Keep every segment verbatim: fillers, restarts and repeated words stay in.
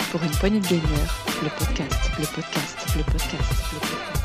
Pour une poignée de gamers, le podcast, le podcast, le podcast, le podcast.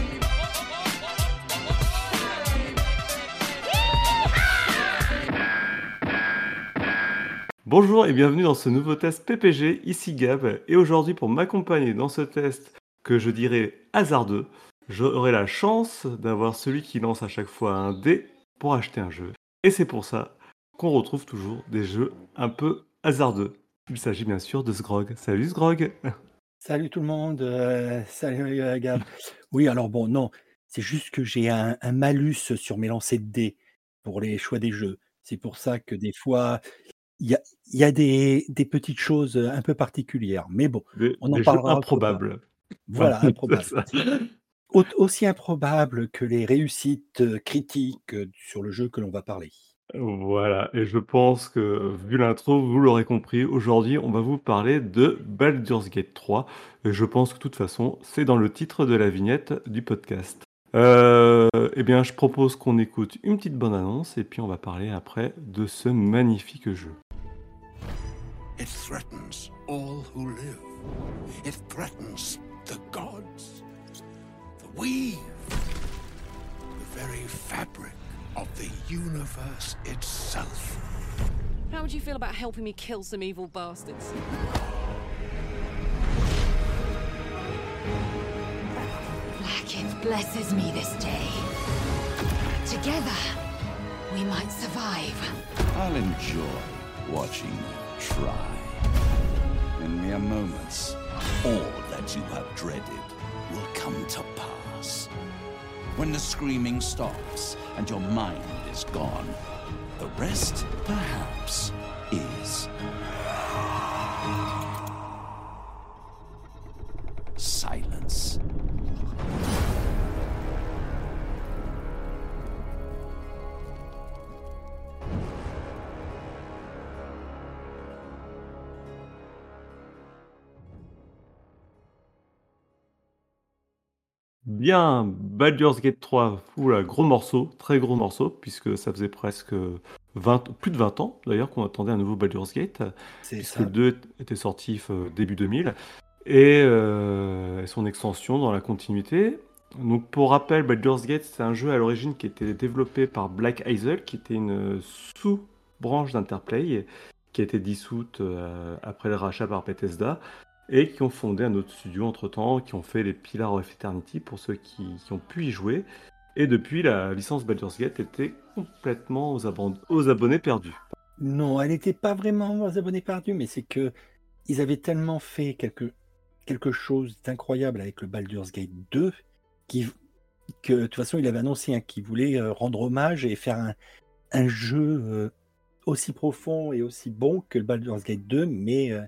Bonjour et bienvenue dans ce nouveau test P P G, ici Gab, et aujourd'hui pour m'accompagner dans ce test que je dirais hasardeux, j'aurai la chance d'avoir celui qui lance à chaque fois un dé pour acheter un jeu. Et c'est pour ça qu'on retrouve toujours des jeux un peu hasardeux. Il s'agit bien sûr de Sgrog. Salut Sgrog. Salut tout le monde, euh, salut euh, Gab. Oui, alors bon, non, c'est juste que j'ai un, un malus sur mes lancers de dés pour les choix des jeux. C'est pour ça que des fois, il y a, il y a des, des petites choses un peu particulières. Mais bon, Des, on en des jeux parlera autre part. improbables. Voilà, Voilà, c'est improbable. ça. Au- aussi improbable que les réussites euh, critiques euh, sur le jeu que l'on va parler. Voilà, et je pense que, vu l'intro, vous l'aurez compris, aujourd'hui, on va vous parler de Baldur's Gate trois, et je pense que de toute façon, c'est dans le titre de la vignette du podcast. Euh, eh bien, je propose qu'on écoute une petite bande-annonce, et puis on va parler après de ce magnifique jeu. It threatens all who live. It threatens the gods. The weave. The very fabric of the universe itself. How would you feel about helping me kill some evil bastards? Blackett blesses me this day. Together, we might survive. I'll enjoy watching you try. In mere moments, all that you have dreaded will come to pass. When the screaming stops and your mind is gone, the rest, perhaps, is silence. Bien, Baldur's Gate trois, oula, gros morceau, très gros morceau, puisque ça faisait presque vingt, plus de vingt ans d'ailleurs qu'on attendait un nouveau Baldur's Gate, C'est puisque ça. le deux était sorti euh, début deux mille, et euh, son extension dans la continuité. Donc pour rappel, Baldur's Gate, c'est un jeu à l'origine qui était développé par Black Isle, qui était une sous-branche d'Interplay, qui a été dissoute euh, après le rachat par Bethesda, et qui ont fondé un autre studio entre-temps, qui ont fait les Pillars of Eternity pour ceux qui, qui ont pu y jouer. Et depuis, la licence Baldur's Gate était complètement aux, abon- aux abonnés perdus. Non, elle n'était pas vraiment aux abonnés perdus, mais c'est que ils avaient tellement fait quelque, quelque chose d'incroyable avec le Baldur's Gate deux qui, que de toute façon, il avait annoncé hein, qu'il voulait euh, rendre hommage et faire un, un jeu euh, aussi profond et aussi bon que le Baldur's Gate deux, mais euh,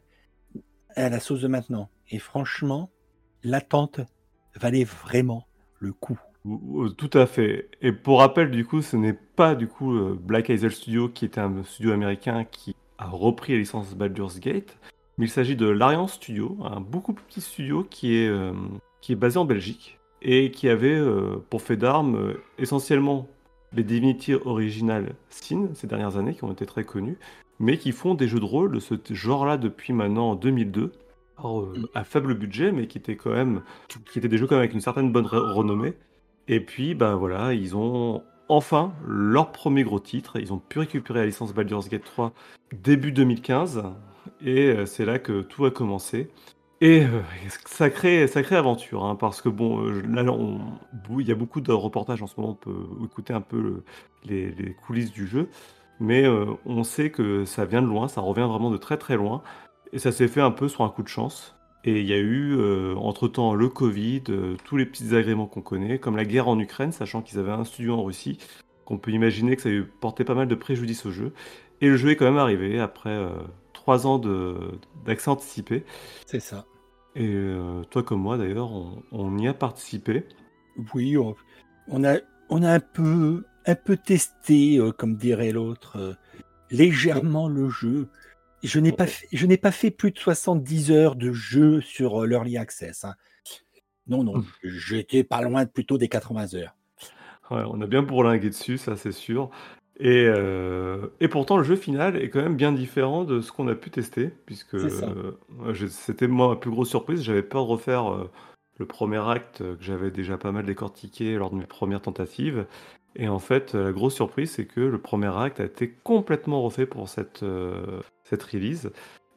à la sauce de maintenant. Et franchement, l'attente valait vraiment le coup. Ou- ou- Tout à fait. Et pour rappel, du coup, ce n'est pas du coup euh, Black Isle Studio qui était un studio américain qui a repris la licence Baldur's Gate, mais il s'agit de l'Arian Studio, un beaucoup plus petit studio qui est, euh, qui est basé en Belgique et qui avait euh, pour fait d'armes euh, essentiellement les Divinity Original Sin ces dernières années qui ont été très connus, mais qui font des jeux de rôle de ce t- genre-là depuis maintenant deux mille deux. Alors, euh, Mm. à faible budget, mais qui étaient quand même, qui étaient des jeux quand même avec une certaine bonne re- renommée. Et puis, ben voilà, ils ont enfin leur premier gros titre. Ils ont pu récupérer la licence Baldur's Gate trois début deux mille quinze. Et euh, c'est là que tout a commencé. Et euh, sacrée, sacrée aventure, hein, parce que bon, euh, là, on- il y a beaucoup de reportages en ce moment, on peut écouter un peu le- les, les coulisses du jeu. Mais euh, on sait que ça vient de loin, ça revient vraiment de très très loin. Et ça s'est fait un peu sur un coup de chance. Et il y a eu, euh, entre-temps, le Covid, euh, tous les petits agréments qu'on connaît, comme la guerre en Ukraine, sachant qu'ils avaient un studio en Russie, qu'on peut imaginer que ça a eu porté pas mal de préjudice au jeu. Et le jeu est quand même arrivé après euh, trois ans de- d'accès anticipé. C'est ça. Et euh, toi comme moi d'ailleurs, on, on y a participé. Oui, on, on a, on a un peu, un peu testé, euh, comme dirait l'autre, euh, légèrement le jeu. Je n'ai pas fait, je n'ai pas fait plus de soixante-dix heures de jeu sur euh, l'Early Access. Hein. Non, non, j'étais pas loin de plutôt des quatre-vingts heures. Ouais, on a bien bourlingué dessus, ça c'est sûr. Et, euh, et pourtant, le jeu final est quand même bien différent de ce qu'on a pu tester, puisque C'est ça. euh, je- c'était moi ma plus grosse surprise. J'avais peur de refaire euh, le premier acte euh, que j'avais déjà pas mal décortiqué lors de mes premières tentatives. Et en fait, euh, la grosse surprise, c'est que le premier acte a été complètement refait pour cette, euh, cette release.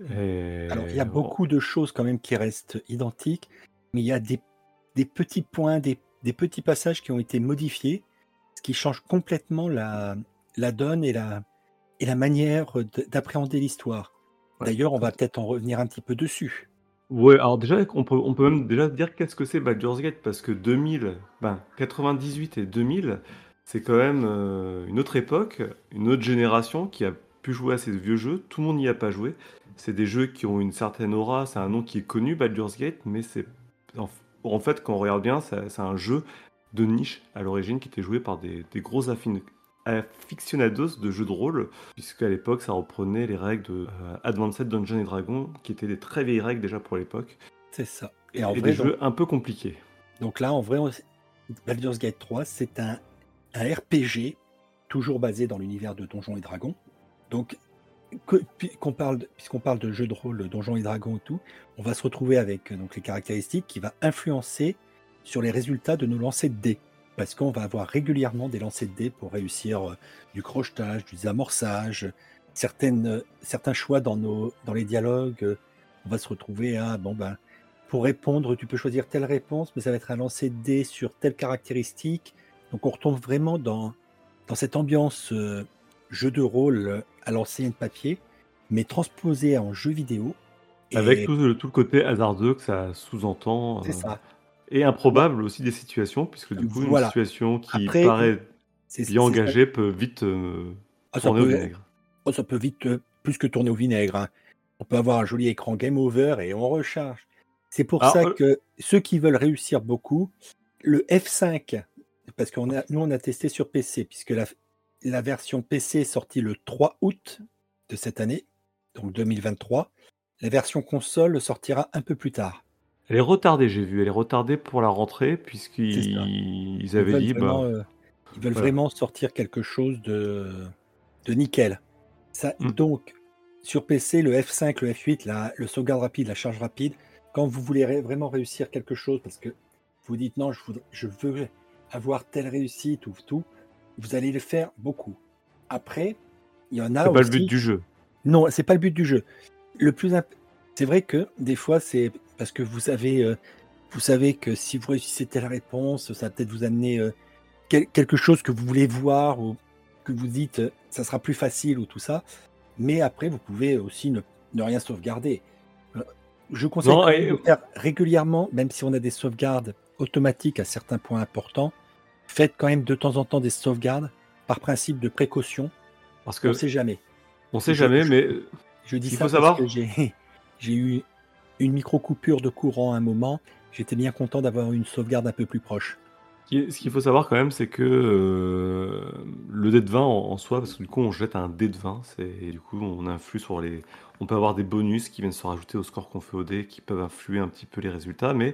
Alors, il y a Et beaucoup de choses quand même qui restent identiques, mais il y a des, des petits points, des, des petits passages qui ont été modifiés, ce qui change complètement la, la donne et la, et la manière de- d'appréhender l'histoire. Ouais, D'ailleurs, on tout- va peut-être en revenir un petit peu dessus. Ouais, alors déjà, on peut, on peut même déjà dire qu'est-ce que c'est Baldur's Gate, parce que deux mille, ben, quatre-vingt-dix-huit et deux mille, c'est quand même euh, une autre époque, une autre génération qui a pu jouer à ces vieux jeux. Tout le monde n'y a pas joué. C'est des jeux qui ont une certaine aura, c'est un nom qui est connu, Baldur's Gate, mais c'est en, en fait, quand on regarde bien, c'est c'est un jeu de niche à l'origine qui était joué par des, des gros affin- aficionados de jeux de rôle, puisqu'à l'époque, ça reprenait les règles de euh, Advanced Dungeons and Dragons, qui étaient des très vieilles règles déjà pour l'époque, C'est ça. et, Et en et vrai, des donc, jeux un peu compliqués. donc là, en vrai, on- Baldur's Gate trois, c'est un, un R P G, toujours basé dans l'univers de Donjons et Dragons. Donc, que- pu- qu'on parle de- puisqu'on parle de jeux de rôle, Donjons et Dragons et tout, on va se retrouver avec euh, donc, les caractéristiques qui va influencer sur les résultats de nos lancers de dés. Parce qu'on va avoir régulièrement des lancers de dés pour réussir euh, du crochetage, du désamorçage, certaines, euh, certains choix dans, nos, dans les dialogues. euh, on va se retrouver à, bon ben, pour répondre, tu peux choisir telle réponse, mais ça va être un lancer de dés sur telle caractéristique. Donc on retombe vraiment dans, dans cette ambiance euh, jeu de rôle euh, à l'ancienne papier, mais transposé en jeu vidéo. Avec Et tout le, tout le côté hasardeux que ça sous-entend, c'est euh, ça. et improbable aussi des situations, puisque du coup, une Voilà. situation qui Après, paraît c'est bien c'est ça. engagée peut vite euh, Ah, ça tourner au peut, vinaigre. oh, ça peut vite euh, plus que tourner au vinaigre, hein. On peut avoir un joli écran game over et on recharge. C'est pour Alors, ça euh, que ceux qui veulent réussir beaucoup, le F cinq, parce qu'on a, nous on a testé sur P C, puisque la, la version P C est sortie le trois août de cette année, donc deux mille vingt-trois. La version console sortira un peu plus tard. elle est retardée, j'ai vu. Elle est retardée pour la rentrée, C'est ça. puisqu'ils ils Ils avaient veulent dit, vraiment, bah, euh, ils veulent voilà. vraiment sortir quelque chose de, de nickel. Ça, Mm. donc, sur P C, le F cinq, le F huit, la, le sauvegarde rapide, la charge rapide, quand vous voulez ré- vraiment réussir quelque chose, parce que vous dites non, je, voudrais- je veux avoir telle réussite ou tout, vous allez le faire beaucoup. Après, il y en a C'est pas le but aussi. du jeu. Non, c'est pas le but du jeu. Le plus imp- c'est vrai que des fois, c'est parce que vous avez, euh, vous savez que si vous réussissez telle réponse, ça va peut-être vous amener euh, quel- quelque chose que vous voulez voir ou que vous dites euh, ça sera plus facile ou tout ça. Mais après, vous pouvez aussi ne, ne rien sauvegarder. Euh, Je conseille Non, quand même et- de faire régulièrement, même si on a des sauvegardes automatiques à certains points importants, faites quand même de temps en temps des sauvegardes par principe de précaution. parce On que ne sait jamais. on sait Je- jamais, je- mais Je dis il ça faut parce savoir. que j'ai j'ai eu une micro-coupure de courant à un moment. J'étais bien content d'avoir une sauvegarde un peu plus proche. Ce qui- ce qu'il faut savoir quand même, c'est que euh, le dé de vingt en, en soi, parce que du coup on jette un dé de vingt, c'est, et du coup on influe sur les. On peut avoir des bonus qui viennent se rajouter au score qu'on fait au dé, qui peuvent influer un petit peu les résultats, mais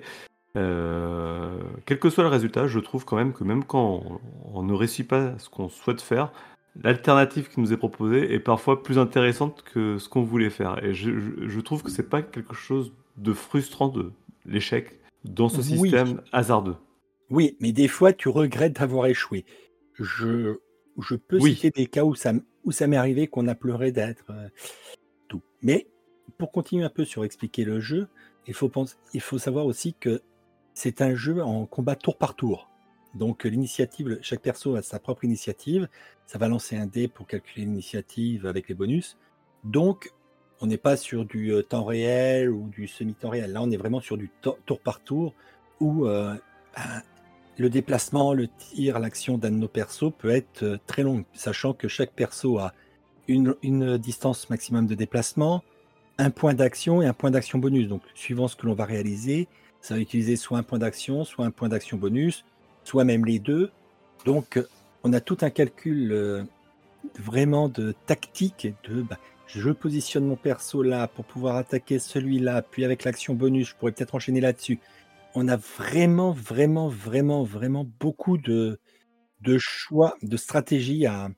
euh, quel que soit le résultat, je trouve quand même que même quand on, on ne réussit pas ce qu'on souhaite faire, l'alternative qui nous est proposée est parfois plus intéressante que ce qu'on voulait faire. Et je, je- je trouve que c'est pas quelque chose de frustrant de l'échec dans ce Oui. système hasardeux. Oui, mais des fois, tu regrettes d'avoir échoué. Je, je peux Oui. citer des cas où ça, m- où ça m'est arrivé qu'on a pleuré d'être euh, tout. Mais pour continuer un peu sur expliquer le jeu, il faut, penser, il faut savoir aussi que c'est un jeu en combat tour par tour. Donc l'initiative, chaque perso a sa propre initiative. Ça va lancer un dé pour calculer l'initiative avec les bonus. Donc on n'est pas sur du euh, temps réel ou du semi-temps réel. Là, on est vraiment sur du to- tour par tour où euh, ben, le déplacement, le tir, l'action d'un de nos persos peut être euh, très longue, sachant que chaque perso a une, une distance maximum de déplacement, un point d'action et un point d'action bonus. Donc, suivant ce que l'on va réaliser, ça va utiliser soit un point d'action, soit un point d'action bonus, soit même les deux. Donc, euh, on a tout un calcul euh, vraiment de tactique, de bah, je positionne mon perso là pour pouvoir attaquer celui-là, puis avec l'action bonus, je pourrais peut-être enchaîner là-dessus. On a vraiment, vraiment, vraiment, vraiment beaucoup de, de choix, de stratégies à,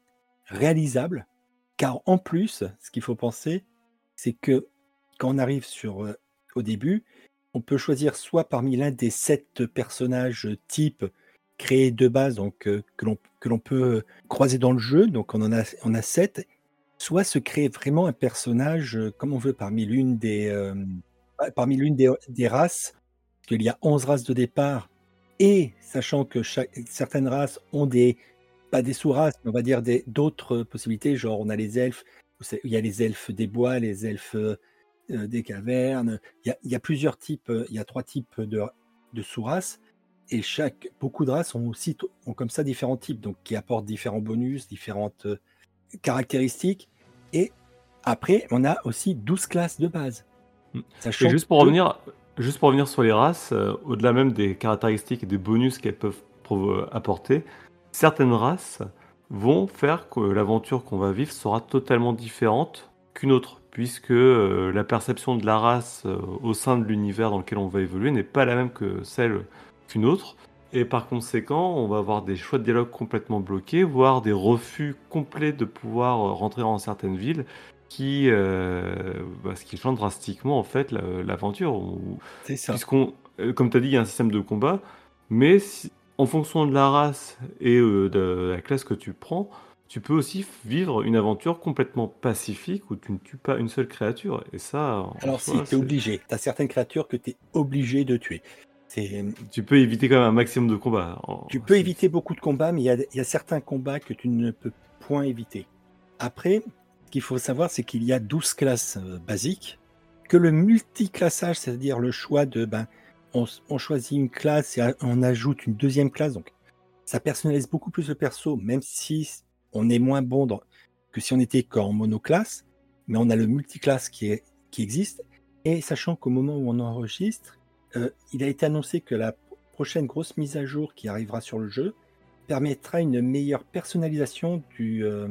réalisable, car en plus, ce qu'il faut penser, c'est que quand on arrive sur, euh, au début, on peut choisir soit parmi l'un des sept personnages types créés de base, donc euh, que l'on que l'on peut croiser dans le jeu, donc on en a on a sept, soit se créer vraiment un personnage euh, comme on veut parmi l'une des euh, parmi l'une des, des races, parce qu'il y a onze races de départ, et sachant que chaque, certaines races ont des pas des sous-races, mais on va dire des d'autres possibilités, genre on a les elfes, il y a les elfes des bois, les elfes euh, des cavernes, il y, a, il y a plusieurs types, il y a trois types de, de sous-races, et chaque, beaucoup de races ont aussi ont comme ça différents types, donc qui apportent différents bonus, différentes euh, caractéristiques, et après on a aussi douze classes de base. Sachant et juste pour, que... revenir, juste pour revenir sur les races, euh, au-delà même des caractéristiques et des bonus qu'elles peuvent provo- apporter, certaines races vont faire que l'aventure qu'on va vivre sera totalement différente qu'une autre, puisque euh, la perception de la race euh, au sein de l'univers dans lequel on va évoluer n'est pas la même que celle qu'une autre, et par conséquent, on va avoir des choix de dialogue complètement bloqués, voire des refus complets de pouvoir euh, rentrer dans certaines villes, qui, euh, bah, ce qui change drastiquement en fait la, l'aventure. Où, C'est ça. Puisqu'on, euh, comme tu as dit, il y a un système de combat, mais si, en fonction de la race et euh, de la classe que tu prends, tu peux aussi vivre une aventure complètement pacifique où tu ne tues pas une seule créature. Et ça, alors soi, si, tu es obligé. Tu as certaines créatures que tu es obligé de tuer. C'est... Tu peux éviter quand même un maximum de combats. Tu peux c'est... éviter beaucoup de combats, mais il y a, il y a certains combats que tu ne peux point éviter. Après, ce qu'il faut savoir, c'est qu'il y a douze classes euh, basiques, que le multiclassage, c'est-à-dire le choix de... Ben, on, on choisit une classe et on ajoute une deuxième classe, donc ça personnalise beaucoup plus le perso, même si on est moins bon dans, que si on était qu'en monoclasse, mais on a le multiclasse qui, est, qui existe, et sachant qu'au moment où on enregistre, euh, il a été annoncé que la prochaine grosse mise à jour qui arrivera sur le jeu permettra une meilleure personnalisation du, euh,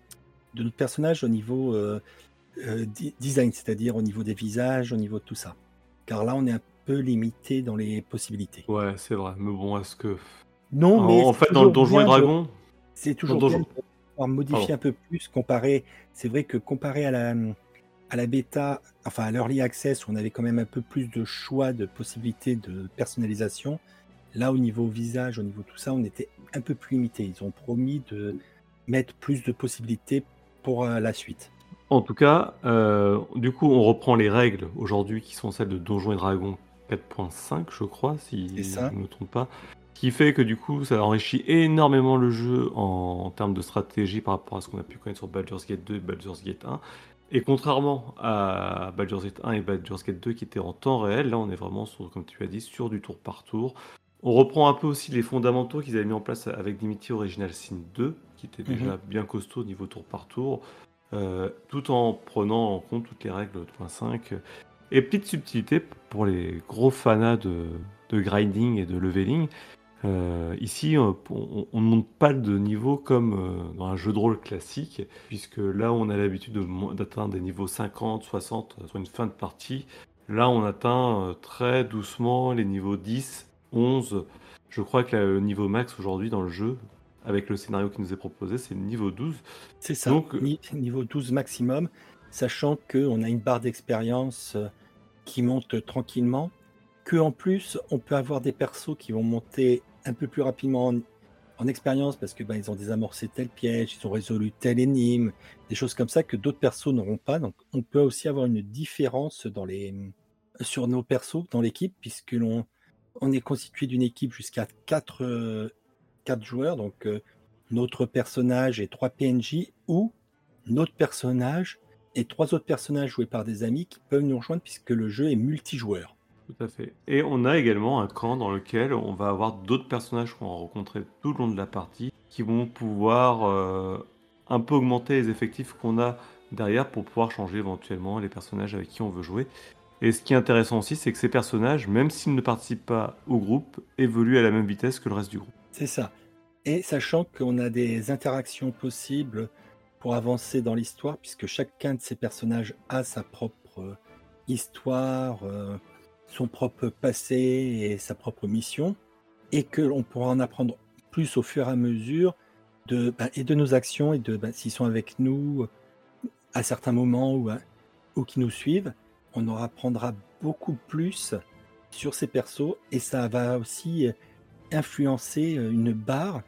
de notre personnage au niveau euh, euh, d- design, c'est-à-dire au niveau des visages, au niveau de tout ça. Car là, on est un peu limité dans les possibilités. Ouais, c'est vrai, mais bon, est-ce que... Non, en, mais en fait, dans le Donjon et de... Dragon... C'est toujours Donjon... bien de pouvoir modifier Pardon. un peu plus, comparé... C'est vrai que comparé à la, à la bêta, enfin à l'early access, où on avait quand même un peu plus de choix, de possibilités de personnalisation, là, au niveau visage, au niveau tout ça, on était un peu plus limité. Ils ont promis de mettre plus de possibilités pour euh, la suite. En tout cas, euh, du coup, on reprend les règles aujourd'hui qui sont celles de Donjons et Dragons quatre point cinq, je crois, si je ne me trompe pas. Ce qui fait que du coup, ça enrichit énormément le jeu en, en termes de stratégie par rapport à ce qu'on a pu connaître sur Baldur's Gate deux et Baldur's Gate un. Et contrairement à Baldur's Gate un et Baldur's Gate deux qui étaient en temps réel, là on est vraiment, sur, comme tu as dit, sur du tour par tour. On reprend un peu aussi les fondamentaux qu'ils avaient mis en place avec Divinity Original Sin deux, qui était déjà mm-hmm. bien costaud au niveau tour par tour, euh, tout en prenant en compte toutes les règles deux point cinq. Et petite subtilité pour les gros fanats de, de grinding et de leveling, euh, ici on, on, on ne monte pas de niveau comme euh, dans un jeu de rôle classique, puisque là on a l'habitude de, d'atteindre des niveaux cinquante, soixante sur une fin de partie. Là on atteint euh, très doucement les niveaux dix, onze. Je crois que le niveau max aujourd'hui dans le jeu, avec le scénario qui nous est proposé, c'est le niveau douze. C'est ça, donc, Ni- niveau douze maximum, sachant qu'on a une barre d'expérience qui monte tranquillement, qu'en plus, on peut avoir des persos qui vont monter un peu plus rapidement en, en expérience parce que ben, ils ont désamorcé tel piège, ils ont résolu telle énigme, des choses comme ça que d'autres persos n'auront pas. Donc, on peut aussi avoir une différence dans les, sur nos persos dans l'équipe, puisque l'on on est constitué d'une équipe jusqu'à quatre euh, joueurs, donc euh, notre personnage et trois P N J, ou notre personnage et trois autres personnages joués par des amis qui peuvent nous rejoindre puisque le jeu est multijoueur. Tout à fait. Et on a également un camp dans lequel on va avoir d'autres personnages qu'on va rencontrer tout le long de la partie qui vont pouvoir euh, un peu augmenter les effectifs qu'on a derrière pour pouvoir changer éventuellement les personnages avec qui on veut jouer. Et ce qui est intéressant aussi, c'est que ces personnages, même s'ils ne participent pas au groupe, évoluent à la même vitesse que le reste du groupe. C'est ça. Et sachant qu'on a des interactions possibles pour avancer dans l'histoire, puisque chacun de ces personnages a sa propre histoire, euh, son propre passé et sa propre mission, et que l'on pourra en apprendre plus au fur et à mesure de, bah, et de nos actions et de bah, s'ils sont avec nous à certains moments ou, à- ou qui nous suivent, on en apprendra beaucoup plus sur ces persos et ça va aussi influencer une barre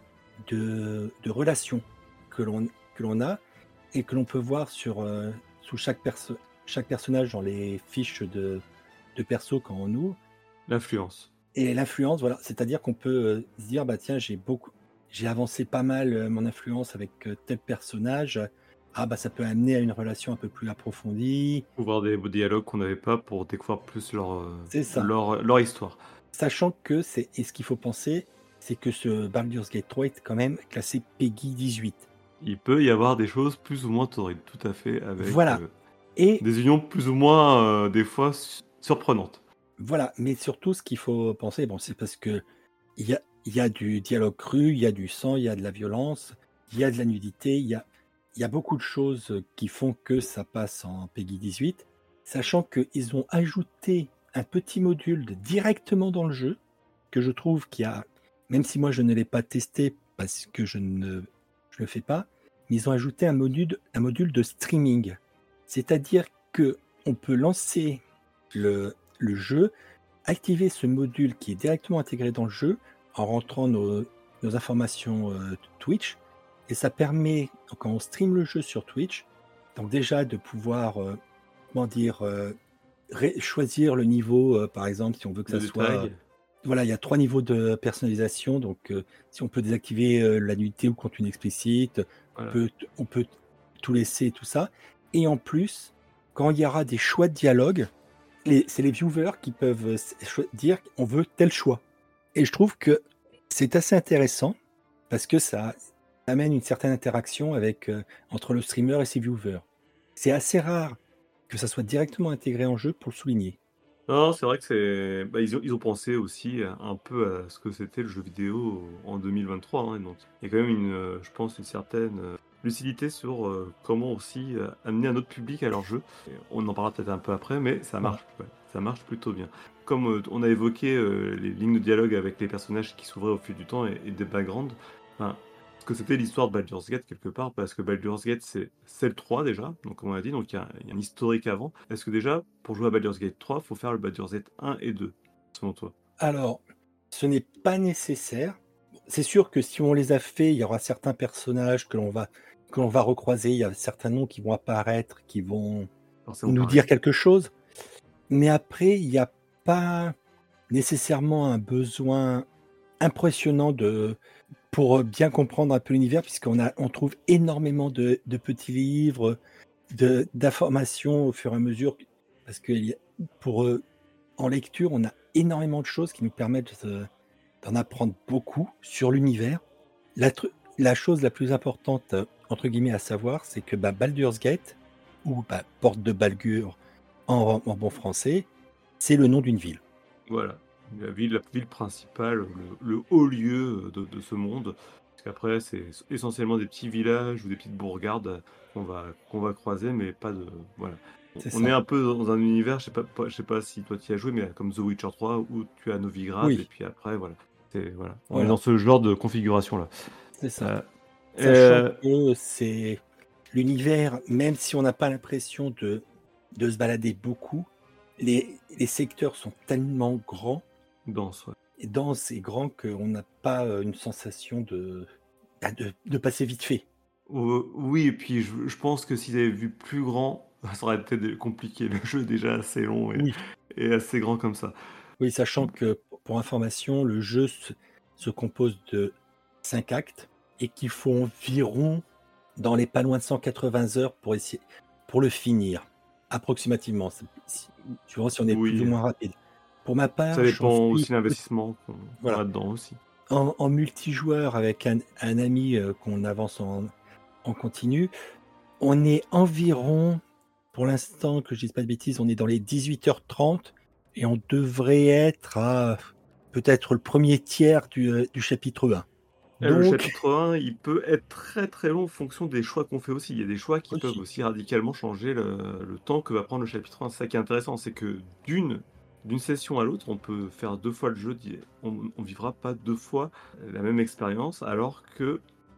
de, de relations que l'on que l'on a et que l'on peut voir sur euh, sous chaque perso chaque personnage dans les fiches de, de perso quand on ouvre. L'influence. Et l'influence, voilà, c'est-à-dire qu'on peut euh, se dire, bah tiens, j'ai beaucoup, j'ai avancé pas mal euh, mon influence avec euh, tel personnage. Ah bah ça peut amener à une relation un peu plus approfondie. Pouvoir des des dialogues qu'on n'avait pas pour découvrir plus leur, euh, C'est ça. leur, leur histoire. Sachant que c'est, et ce qu'il faut penser, c'est que ce Baldur's Gate trois est quand même classé Peggy dix-huit. Il peut y avoir des choses plus ou moins torrides, tout à fait, avec Voilà. euh, Et des unions plus ou moins, euh, des fois, su- surprenantes. voilà, mais surtout ce qu'il faut penser, bon, c'est parce que il y a, il y a du dialogue cru, il y a du sang, il y a de la violence, il y a de la nudité, il y a, il y a beaucoup de choses qui font que ça passe en Peggy dix-huit, sachant qu'ils ont ajouté un petit module de- directement dans le jeu, que je trouve qu'il y a, même si moi je ne l'ai pas testé parce que je ne je le fais pas, mais ils ont ajouté un module, un module de streaming. C'est-à-dire que on peut lancer le, le jeu, activer ce module qui est directement intégré dans le jeu en rentrant nos, nos informations euh, Twitch. Et ça permet, quand on stream le jeu sur Twitch, donc déjà de pouvoir, euh, comment dire, euh, ré- choisir le niveau, euh, par exemple, si on veut que ça Le soit... détail. Voilà, il y a trois niveaux de personnalisation. Donc, euh, si on peut désactiver euh, la nudité ou contenu explicite, Voilà. on, peut, on peut tout laisser, tout ça. Et en plus, quand il y aura des choix de dialogue, les- c'est les viewers qui peuvent euh, cho- dire on veut tel choix. Et je trouve que c'est assez intéressant parce que ça amène une certaine interaction avec, euh, entre le streamer et ses viewers. C'est assez rare que ça soit directement intégré en jeu pour le souligner. Non, c'est vrai que c'est. Bah, ils ont, ils ont pensé aussi un peu à ce que c'était le jeu vidéo en deux mille vingt-trois. Hein, donc, il y a quand même, une, euh, je pense, une certaine euh, lucidité sur euh, comment aussi euh, amener un autre public à leur jeu. Et on en parlera peut-être un peu après, mais ça marche. Ouais, ça marche plutôt bien. Comme euh, on a évoqué euh, les lignes de dialogue avec les personnages qui s'ouvraient au fil du temps et, et des backgrounds, enfin, ce que c'était l'histoire de Baldur's Gate quelque part, parce que Baldur's Gate c'est c'est le trois déjà, donc comme on a dit, donc il y, a il y a un historique avant. Est-ce que déjà, pour jouer à Baldur's Gate trois, il faut faire le Baldur's Gate un et deux, selon toi? Alors, ce n'est pas nécessaire. C'est sûr que si on les a fait, il y aura certains personnages que l'on va, que l'on va recroiser, il y a certains noms qui vont apparaître, qui vont Forcément nous pareil. dire quelque chose. Mais après, il n'y a pas nécessairement un besoin impressionnant de, pour bien comprendre un peu l'univers, puisqu'on a, on trouve énormément de, de petits livres, de, d'informations au fur et à mesure. Parce que il y a- pour, euh, en lecture, on a énormément de choses qui nous permettent de- d'en apprendre beaucoup sur l'univers. La, tru- la chose la plus importante, euh, entre guillemets, à savoir, c'est que bah, Baldur's Gate, ou bah, Porte de Balgur en, en bon français, c'est le nom d'une ville. Voilà, la ville, la ville principale, le, le haut lieu de, de ce monde. Parce qu'après, c'est essentiellement des petits villages ou des petites bourgades qu'on va, qu'on va croiser, mais pas de. Voilà. C'est On ça. est un peu dans un univers, je sais pas, pas- je sais pas si toi tu y as joué, mais comme The Witcher trois, où tu as Novigrad, Oui. et puis après, voilà. C'est, voilà. On Voilà. est dans ce genre de configuration-là. C'est ça. Euh, Sachant euh, que c'est l'univers, même si on n'a pas l'impression de, de se balader beaucoup, les, les secteurs sont tellement grands, dense, ouais. et denses et grands qu'on n'a pas euh, une sensation de, bah, de, de passer vite fait. Euh, oui, et puis je, je pense que s'ils avaient vu plus grand, ça aurait peut-être compliqué. Le jeu est déjà assez long et, Oui. et assez grand comme ça. Oui, sachant que, pour information, le jeu se, se compose de cinq actes et qu'il faut environ, dans les pas loin de cent quatre-vingts heures pour, essayer, pour le finir, approximativement. C'est- si- Tu vois si on est Oui. plus ou moins rapide. Pour ma part, Ça dépend j'en suis aussi de l'investissement qu'on Voilà. a dedans aussi. en, en multijoueur avec un, un ami euh, qu'on avance en, en continu. On est environ, pour l'instant, que je dise pas de bêtises, on est dans les dix-huit heures trente et on devrait être à peut-être le premier tiers du, euh, du chapitre un. Eh, Le Donc, chapitre un, il peut être très très long en fonction des choix qu'on fait aussi. Il y a des choix qui Aussi. peuvent aussi radicalement changer le, le temps que va prendre le chapitre un. C'est ça qui est intéressant, c'est que d'une d'une session à l'autre, on peut faire deux fois le jeu. On, on vivra pas deux fois la même expérience, alors que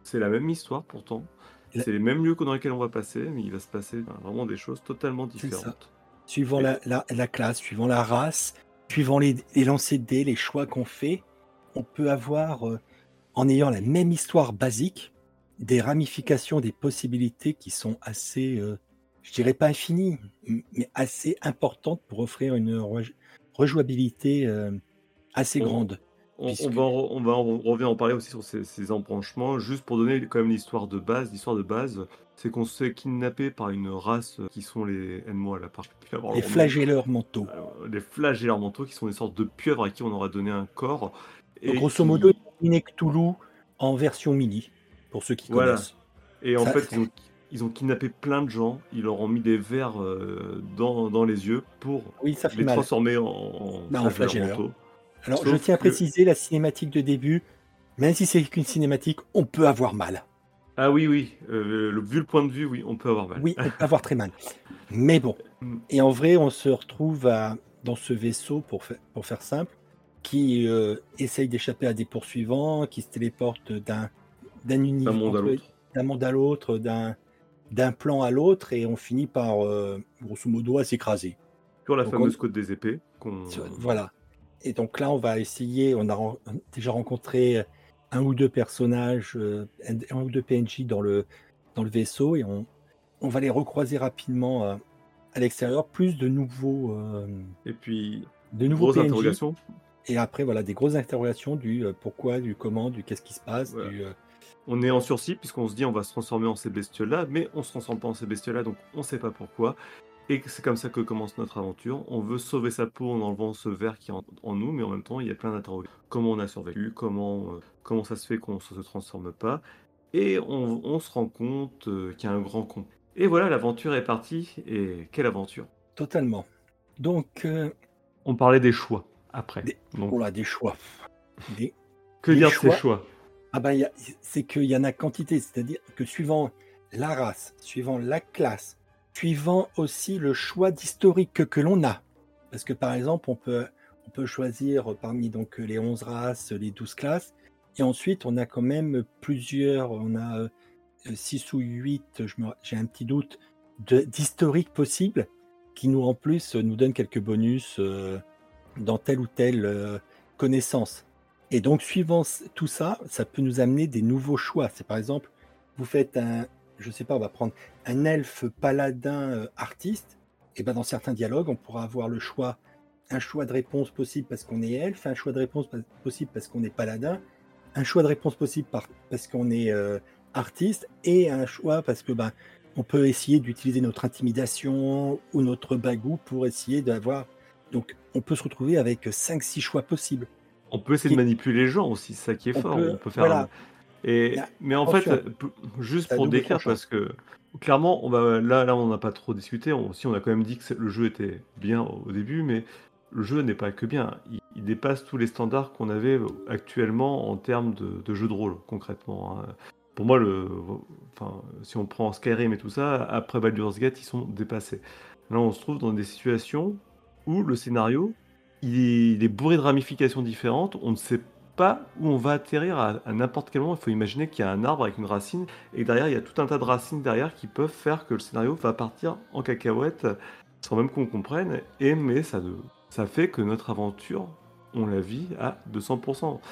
C'est la même histoire pourtant. La- C'est les mêmes lieux que dans lesquels on va passer, mais il va se passer ben, vraiment des choses totalement C'est ça. différentes. Suivant Et- la, la, la classe, suivant la race, suivant les, les lancers de dés, les choix qu'on fait, on peut avoir, euh, en ayant la même histoire basique, des ramifications, des possibilités qui sont assez, euh, je dirais pas infinies, m- mais assez importantes pour offrir une re- rejouabilité euh, assez On, grande. on- on Puisque, va, en, re- on va en revient en parler aussi sur ces, ces embranchements, juste pour donner quand même l'histoire de base. L'histoire de base, c'est qu'on se fait kidnapper par une race qui sont les. Aide-moi là, par je peux plus avoir les leur nom. flagelleurs mentaux. Alors, les flagellants mentaux, qui sont des sortes de pieuvres à qui on aura donné un corps. Et Grosso modo, qui. Imaginez Cthulhu en version mini, pour ceux qui Voilà. connaissent. Et en Ça, fait, ils ont, ils ont kidnappé plein de gens, ils leur ont mis des verres euh, dans, dans les yeux pour oui, ça fait les mal. transformer en, en Bah, en flagelleurs flagelleurs. mentaux. Alors, je Sauf tiens à que. préciser la cinématique de début, même si c'est qu'une cinématique, on peut avoir mal. Ah oui, oui, euh, le- vu le point de vue, oui, on peut avoir mal. Oui, on peut avoir très mal. Mais bon. Mm. Et en vrai, on se retrouve à- dans ce vaisseau, pour, fa- pour faire simple, qui euh, essaye d'échapper à des poursuivants, qui se téléporte d'un d'un univers, D'un monde à entre- l'autre. d'un monde à l'autre, d'un d'un plan à l'autre, et on finit par, euh, grosso modo, à s'écraser. Sur la Donc, fameuse on- côte des épées. qu'on- Sur- Voilà. Et donc là, on va essayer, on a ren- déjà rencontré un ou deux personnages, euh, un, un ou deux P N J dans le, dans le vaisseau, et on, on va les recroiser rapidement euh, à l'extérieur, plus de nouveaux, euh, Et puis, de nouveaux grosse P N J, interrogation. et après, voilà, des grosses interrogations du euh, pourquoi, du comment, du qu'est-ce qui se passe, Voilà. du, euh, On est en sursis, puisqu'on se dit on va se transformer en ces bestioles-là, mais on se transforme pas en ces bestioles-là, donc on sait pas pourquoi. Et c'est comme ça que commence notre aventure. On veut sauver sa peau en enlevant ce verre qui est en, en nous, mais en même temps, il y a plein d'interrogations. Comment on a survécu, comment, euh, comment ça se fait qu'on ne se transforme pas. Et on, on se rend compte euh, qu'il y a un grand con. Et voilà, l'aventure est partie. Et quelle aventure! totalement. Donc, euh, On parlait des choix après. Des- Donc, on a des choix. Des- que des dire de choix. ces choix? Ah ben, il y a- c'est qu'il y en a quantité, c'est-à-dire que suivant la race, suivant la classe, suivant aussi le choix d'historique que, que l'on a, parce que par exemple, on peut, on peut choisir parmi donc les onze races, les douze classes, et ensuite on a quand même plusieurs, on a six ou huit, je me- j'ai un petit doute, de- d'historiques possibles, qui nous en plus nous donnent quelques bonus euh, dans telle ou telle euh, connaissance. Et donc, suivant c- tout ça, ça peut nous amener des nouveaux choix. C'est par exemple, vous faites un, je sais pas, on va prendre un elfe paladin euh, artiste, et ben dans certains dialogues, on pourra avoir le choix, un choix de réponse possible parce qu'on est elfe, un choix de réponse pa- possible parce qu'on est paladin, un choix de réponse possible par- parce qu'on est euh, artiste, et un choix parce que ben on peut essayer d'utiliser notre intimidation ou notre bagou pour essayer d'avoir. Donc, on peut se retrouver avec cinq six choix possibles. On peut essayer de manipuler les gens aussi, c'est ça qui est On fort. peut- on peut faire. voilà. un- Et, Là, mais en attention. fait, p- juste C'est à pour double décrire, tranchant. parce que clairement, on va, là, là, on n'a pas trop discuté. On, si on a quand même dit que c'est- le jeu était bien au au début, mais le jeu n'est pas que bien. Il, il dépasse tous les standards qu'on avait actuellement en termes de, de jeu de rôle, concrètement. hein. Pour moi, le, enfin, si on prend Skyrim et tout ça, après Baldur's Gate, ils sont dépassés. Là, on se trouve dans des situations où le scénario, il est, il est bourré de ramifications différentes. On ne sait pas où on va atterrir à, à n'importe quel moment. Il faut imaginer qu'il y a un arbre avec une racine, et derrière, il y a tout un tas de racines derrière qui peuvent faire que le scénario va partir en cacahuète sans même qu'on comprenne. Et mais ça, de- ça fait que notre aventure, on la vit à deux cents pour cent.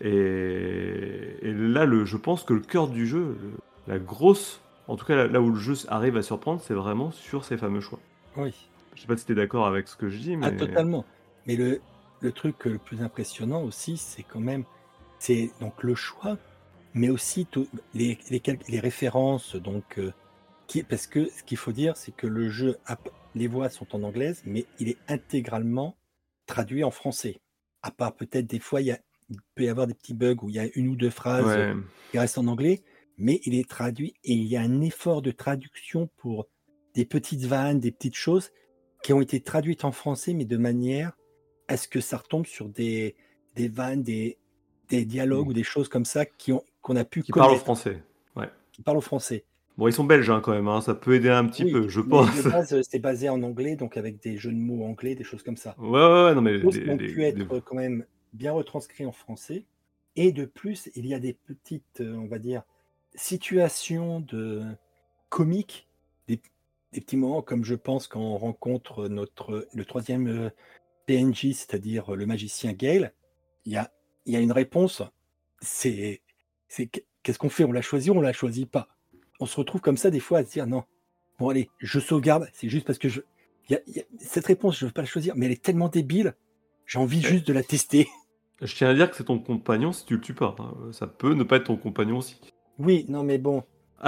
Et, et là, le, je pense que le cœur du jeu, le- la grosse, en tout cas là, là où le jeu arrive à surprendre, c'est vraiment sur ces fameux choix. Oui. Je sais pas si tu es d'accord avec ce que je dis, mais Ah, totalement. Mais le, le truc le plus impressionnant aussi, c'est quand même, c'est donc le choix, mais aussi tout- les, les, quel- les références. Donc, euh, qui, parce que ce qu'il faut dire, c'est que le jeu, a- les voix sont en anglaise, mais il est intégralement traduit en français. À part peut-être des fois, il, y a, il peut y avoir des petits bugs où il y a une ou deux phrases ouais. qui restent en anglais, mais il est traduit et il y a un effort de traduction pour des petites vannes, des petites choses qui ont été traduites en français, mais de manière à ce que ça retombe sur des, des vannes, des, des dialogues Mm. ou des choses comme ça qui ont, qu'on a pu qui parle au connaître, français. Ouais. qui parlent au français. Bon, ils sont belges hein, quand même, hein, ça peut aider un petit Oui, peu, je mais pense. de base, c'est basé en anglais, donc avec des jeux de mots anglais, des choses comme ça. Ouais, ouais, ouais, non mais Des choses des- qui ont des- pu être des- quand même bien retranscrits en français. Et de plus, il y a des petites, euh, on va dire, situations de comiques, des, des petits moments comme je pense quand on rencontre notre le troisième euh, P N J, c'est-à-dire le magicien Gale, il y a, il y a une réponse. C'est, c'est qu'est-ce qu'on fait? On l'a choisi ou on l'a choisi pas? On se retrouve comme ça des fois à se dire non. Bon allez, je sauvegarde. C'est juste parce que je, il y a, il y a- cette réponse, je veux pas la choisir, mais elle est tellement débile. J'ai envie Ouais. juste de la tester. Je tiens à dire que c'est ton compagnon si tu le tues pas, hein. Ça peut ne pas être ton compagnon aussi. Oui, non mais bon.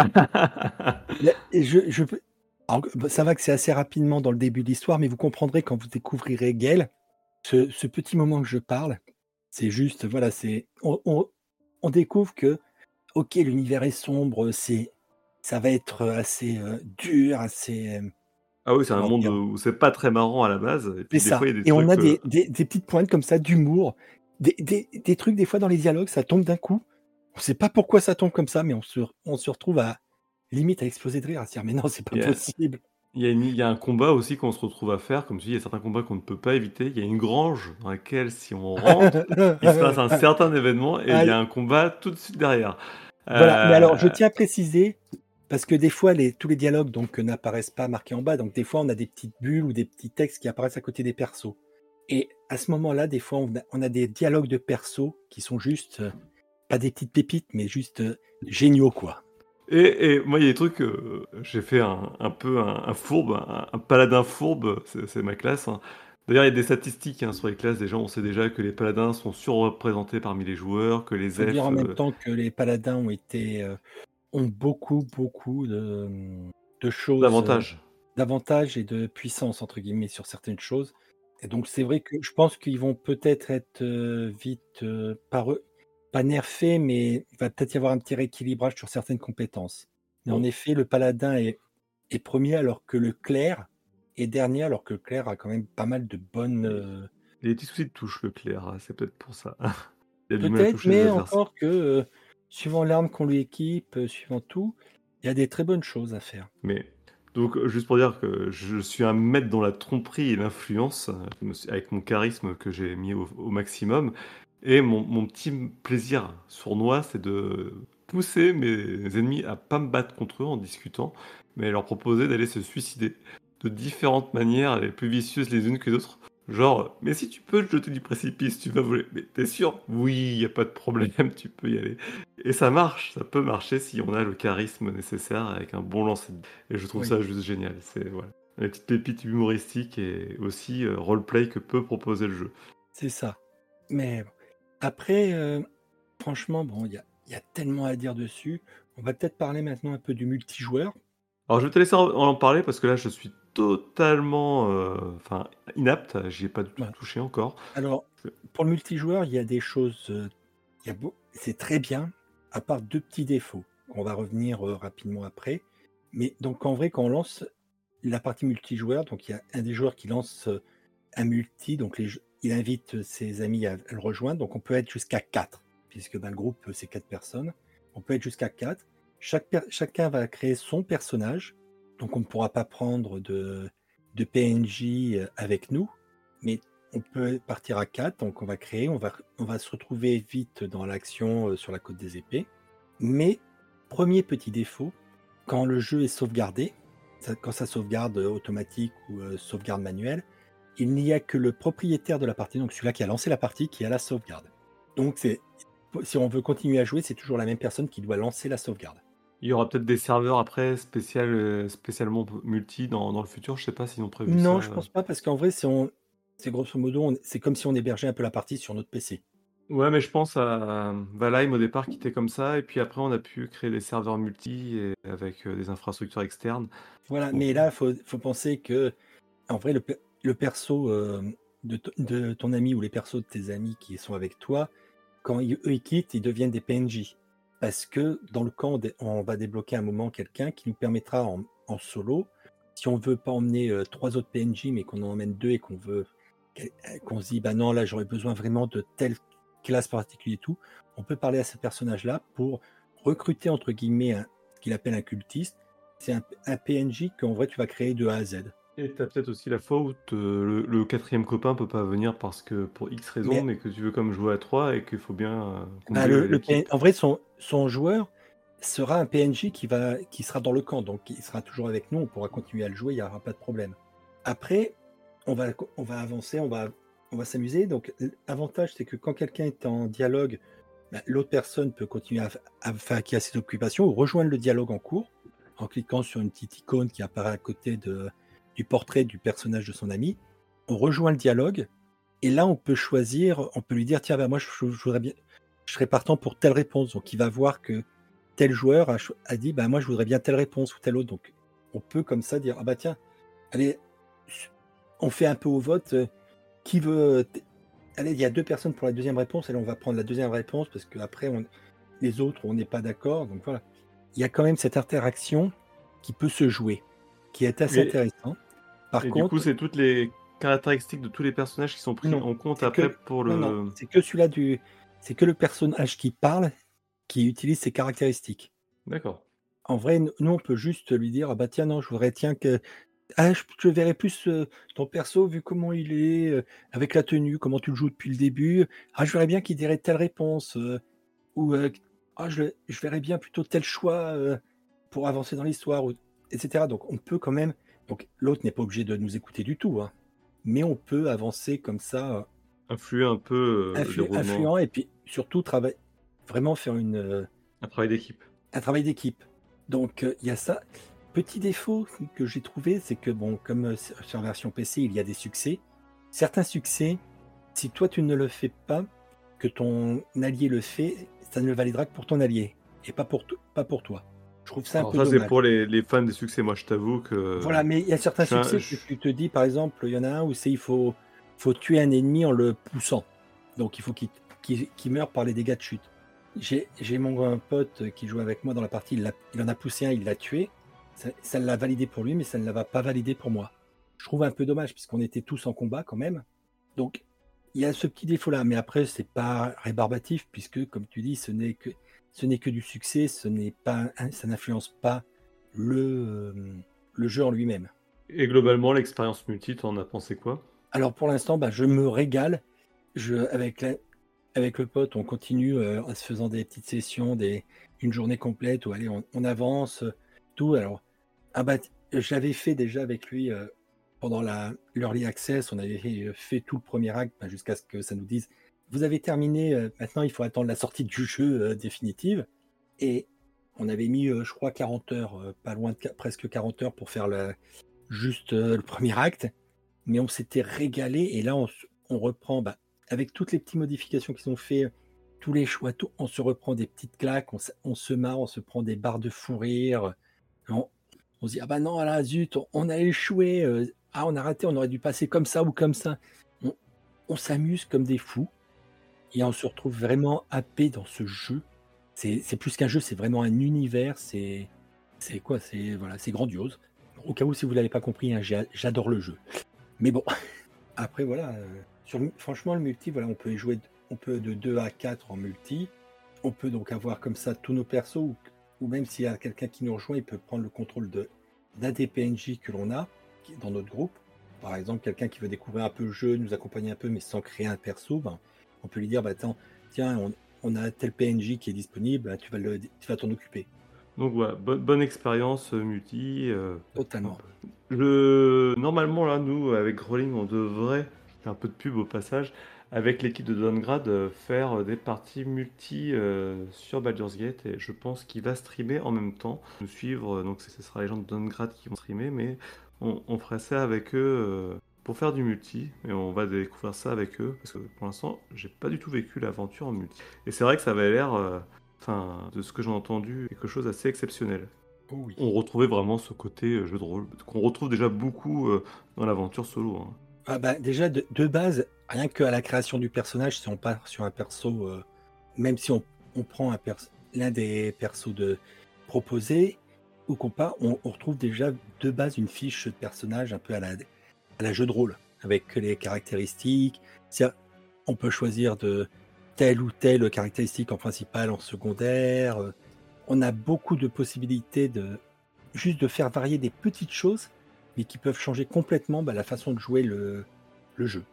Là, et je, je peux- alors, bah, ça va que c'est assez rapidement dans le début de l'histoire, mais vous comprendrez quand vous découvrirez Gale, ce, ce petit moment que je parle, c'est juste, voilà, c'est on, on- on découvre que, ok, l'univers est sombre, c'est, ça va être assez euh, dur, assez, euh, Ah oui, c'est un comment monde dire, où c'est pas très marrant à la base, et c'est puis des ça. fois il y a des Et on a trucs. euh, des, des, des petites pointes comme ça d'humour, des, des, des trucs des fois dans les dialogues, ça tombe d'un coup. On sait pas pourquoi ça tombe comme ça, mais on se, on se retrouve à limite à exploser de rire, à se dire mais non, c'est pas Il y a, possible. il y a une- il y a un combat aussi qu'on se retrouve à faire, comme tu dis, il y a certains combats qu'on ne peut pas éviter. Il y a une grange dans laquelle, si on rentre, il se passe un certain événement et il y Ah, a un combat tout de suite derrière. voilà, mais alors je Euh, tiens à préciser, parce que des fois, les, tous les dialogues donc, n'apparaissent pas marqués en bas, donc des fois, on a des petites bulles ou des petits textes qui apparaissent à côté des persos. Et à ce moment-là, des fois, on a, on a des dialogues de persos qui sont juste, euh, pas des petites pépites, mais juste euh, géniaux, quoi. Et, et moi, il y a des trucs, euh, j'ai fait un, un peu un, un fourbe, un, un paladin fourbe, c'est c'est ma classe, hein. D'ailleurs, il y a des statistiques, hein, sur les classes. Déjà, on sait déjà que les paladins sont surreprésentés parmi les joueurs, que Il les faut dire en elfes. même euh, temps que les paladins ont été, euh, ont beaucoup, beaucoup de, de choses, euh, Davantage. d'avantages et de puissance, entre guillemets, sur certaines choses. Et donc, c'est vrai que je pense qu'ils vont peut-être être euh, vite, euh, par eux, pas nerfés, mais il va peut-être y avoir un petit rééquilibrage sur certaines compétences. Mais en Bon, effet, le paladin est, est premier alors que le clerc est dernier, alors que le clerc a quand même pas mal de bonnes. il euh, il y a des petits soucis de touche, le clerc, hein, c'est peut-être pour ça. Il a du mal à Peut-être, toucher les mais adversaires. encore que, euh, suivant l'arme qu'on lui équipe, euh, suivant tout, il y a des très bonnes choses à faire. Mais donc, euh, juste pour dire que je suis un maître dans la tromperie et l'influence, euh, je me suis- avec mon charisme que j'ai mis au, au maximum. Et mon, mon petit plaisir sournois, c'est de pousser mes ennemis à pas me battre contre eux en discutant, mais leur proposer d'aller se suicider de différentes manières, les plus vicieuses les unes que les autres. Genre, mais si tu peux te jeter du précipice, tu vas voler. Mais t'es sûr? Oui, y a pas de problème, tu peux y aller. Et ça marche, ça peut marcher si on a le charisme nécessaire avec un bon lancer de dés. Et je trouve Oui, ça juste génial. C'est voilà, les petites pépites humoristiques et aussi euh, roleplay que peut proposer le jeu. c'est ça. Mais bon. Après, euh, franchement, bon, il y a, il y a tellement à dire dessus. On va peut-être parler maintenant un peu du multijoueur. Alors je vais te laisser en, en parler parce que là je suis totalement euh, enfin, inapte, j'y ai pas du tout Voilà. touché encore. Alors, pour le multijoueur, il y a des choses, euh, il y a beau- c'est très bien, à part deux petits défauts. On va revenir euh, rapidement après. Mais donc, en vrai, quand on lance la partie multijoueur, donc il y a un des joueurs qui lance euh, un multi, donc les, jeux- il invite ses amis à, à le rejoindre. Donc, on peut être jusqu'à quatre, puisque dans le groupe, euh, c'est quatre personnes. On peut être jusqu'à quatre. Chaque per- chacun va créer son personnage. Donc, on ne pourra pas prendre de, de P N J euh, avec nous. Mais on peut partir à quatre, donc on va créer, on va, on va se retrouver vite dans l'action euh, sur la côte des épées. Mais, premier petit défaut, quand le jeu est sauvegardé, ça- quand ça sauvegarde euh, automatique ou euh, sauvegarde manuelle, il n'y a que le propriétaire de la partie, donc celui-là qui a lancé la partie, qui a la sauvegarde. Donc c'est, si on veut continuer à jouer, c'est toujours la même personne qui doit lancer la sauvegarde. Il y aura peut-être des serveurs après spécial, euh, spécialement multi dans, dans le futur, je sais pas s'ils ont prévu Non, ça. je pense pas, parce qu'en vrai, c'est, on- c'est grosso modo, on- c'est comme si on hébergeait un peu la partie sur notre P C. Ouais, mais je pense à Valheim au départ qui était comme ça, et puis après on a pu créer des serveurs multi et avec euh, des infrastructures externes. Voilà, Donc, mais là, il faut, faut penser que, en vrai, le, pe- le perso euh, de, to- de ton ami ou les persos de tes amis qui sont avec toi, quand ils, eux ils quittent, ils deviennent des P N J. Parce que dans le camp, on dé- on va débloquer un moment quelqu'un qui nous permettra en, en solo, si on veut pas emmener euh, trois autres P N J, mais qu'on en emmène deux et qu'on veut quel- euh, qu'on se dit, bah non, là j'aurais besoin vraiment de telle classe particulière et tout, on peut parler à ce personnage-là pour recruter entre guillemets un- ce qu'il appelle un cultiste. C'est un, un P N J qu'en vrai tu vas créer de A à Z. et t'as peut-être aussi la fois où te- le, le quatrième copain peut pas venir parce que pour X raisons, Mais- mais, que tu veux comme jouer à trois et qu'il faut bien euh, Bah, combler le, le l'équipe. P N en vrai, son, son joueur, sera un P N J qui, va, qui sera dans le camp, donc il sera toujours avec nous, on pourra continuer à le jouer, il n'y aura pas de problème. Après, on va, on va avancer, on va, on va s'amuser. Donc l'avantage, c'est que quand quelqu'un est en dialogue, bah, l'autre personne peut continuer à, à faire qui a ses occupations ou rejoindre le dialogue en cours en cliquant sur une petite icône qui apparaît à côté de, du portrait du personnage de son ami. On rejoint le dialogue et là, on peut choisir, on peut lui dire tiens, bah, moi, je, je, voudrais bien, je serais partant pour telle réponse. Donc, il va voir que tel joueur a, a dit bah, moi, je voudrais bien telle réponse ou telle autre. Donc, on peut comme ça dire ah bah tiens, allez, on fait un peu au vote. Euh, qui veut t- Allez, il y a deux personnes pour la deuxième réponse. Allez, on va prendre la deuxième réponse parce qu'après, on... les autres, on n'est pas d'accord. Donc voilà. Il y a quand même cette interaction qui peut se jouer, qui est assez Et- intéressant. Par Et contre, du coup, c'est toutes les caractéristiques de tous les personnages qui sont pris Non, en compte c'est après que- pour le. non, non, c'est que celui-là du, c'est que le personnage qui parle qui utilise ses caractéristiques. D'accord. En vrai, nous, on peut juste lui dire ah bah tiens non, je voudrais tiens que ah je, je verrais plus euh, ton perso vu comment il est euh, avec la tenue, comment tu le joues depuis le début. Ah je verrais bien qu'il dirait telle réponse euh, ou euh, ah je, je verrais bien plutôt tel choix euh, pour avancer dans l'histoire, ou- et cetera. Donc on peut quand même. Donc l'autre n'est pas obligé de nous écouter du tout, hein, mais on peut avancer comme ça. euh, Influer un peu euh, le influ- déroulement. influent et puis surtout travailler, vraiment faire une, euh, Un travail d'équipe. un travail d'équipe. Donc euh, il y a ça. Petit défaut que j'ai trouvé, c'est que bon, comme euh, sur version P C, il y a des succès. Certains succès, si toi tu ne le fais pas, que ton allié le fait, ça ne le validera que pour ton allié et pas pour, to- pas pour toi. Je trouve ça un Alors peu ça, c'est dommage. pour les, les fans des succès. Moi, je t'avoue que. Voilà, mais il y a certains je suis un- succès je- que tu te dis, par exemple, il y en a un où c'est il faut, faut tuer un ennemi en le poussant. Donc il faut qu'il qu'il- qu'il meure par les dégâts de chute. J'ai j'ai mon un pote qui joue avec moi dans la partie, il, l'a- il en a poussé un, il l'a tué. Ça, ça l'a validé pour lui, mais ça ne l'a pas validé pour moi. Je trouve un peu dommage, puisqu'on était tous en combat quand même. Donc il y a ce petit défaut-là, mais après, c'est pas rébarbatif, puisque, comme tu dis, ce n'est que, ce n'est que du succès, ce n'est pas, ça n'influence pas le, euh, le jeu en lui-même. Et globalement, l'expérience multi, t'en as pensé quoi? Alors pour l'instant, bah, je me régale. Je, avec, la- avec le pote, on continue euh, en se faisant des petites sessions, des, une journée complète où allez, on, on avance, euh, tout. Alors, ah bah, t- je l'avais fait déjà avec lui euh, pendant la, l'Early Access. On avait fait, fait tout le premier acte bah, jusqu'à ce que ça nous dise vous avez terminé, euh, maintenant il faut attendre la sortie du jeu euh, définitive. Et on avait mis, euh, je crois, quarante heures, euh, pas loin de qua- presque quarante heures pour faire le, juste euh, le premier acte. Mais on s'était régalé et là on, se- on reprend bah, avec toutes les petites modifications qu'ils ont fait, tous les choix, tout, on se reprend des petites claques, on, se- on se marre, on se prend des barres de fou rire. On, on se dit ah bah non là zut, on, on a échoué, euh, ah on a raté, on aurait dû passer comme ça ou comme ça. On, on s'amuse comme des fous et on se retrouve vraiment happé dans ce jeu. C'est, c'est plus qu'un jeu, c'est vraiment un univers. C'est, c'est quoi C'est voilà, c'est grandiose. Au cas où si vous l'avez pas compris, hein, j'ai- j'adore le jeu. Mais bon, après voilà, euh, sur, le- franchement le multi, voilà, on peut y jouer, on peut de deux à quatre en multi. On peut donc avoir comme ça tous nos persos, ou, ou même s'il y a quelqu'un qui nous rejoint, il peut prendre le contrôle de, d'un des P N J que l'on a qui est dans notre groupe. Par exemple, quelqu'un qui veut découvrir un peu le jeu, nous accompagner un peu, mais sans créer un perso, ben, on peut lui dire, bah, attends, tiens, on, on a tel P N J qui est disponible, bah, tu vas le, tu vas t'en occuper. Donc voilà, bonne, bonne expérience euh, multi. euh, Totalement. Je... Normalement, là, nous, avec Rolling, on devrait, je fais un peu de pub au passage, avec l'équipe de Downgrade, euh, faire des parties multi euh, sur Baldur's Gate. Et je pense qu'il va streamer en même temps, nous suivre. euh, Donc, ce ce sera les gens de Downgrade qui vont streamer, mais on, on ferait ça avec eux euh, pour faire du multi. Et on va découvrir ça avec eux, parce que pour l'instant, j'ai pas du tout vécu l'aventure en multi. Et c'est vrai que ça avait l'air, euh, enfin, de ce que j'ai entendu, quelque chose d'assez exceptionnel. Oh oui. On retrouvait vraiment ce côté euh, jeu de rôle qu'on retrouve déjà beaucoup euh, dans l'aventure solo. hein. Ah bah, déjà, de, de base, rien qu'à la création du personnage, si on part sur un perso, euh, même si on, on prend un perso, l'un des persos de proposés, ou qu'on part, on, on retrouve déjà de base une fiche de personnage un peu à la, à la jeu de rôle, avec les caractéristiques. C'est-à-dire, on peut choisir de telle ou telle caractéristique en principal, en secondaire. euh, On a beaucoup de possibilités de juste de faire varier des petites choses, mais qui peuvent changer complètement bah, la façon de jouer le, le jeu.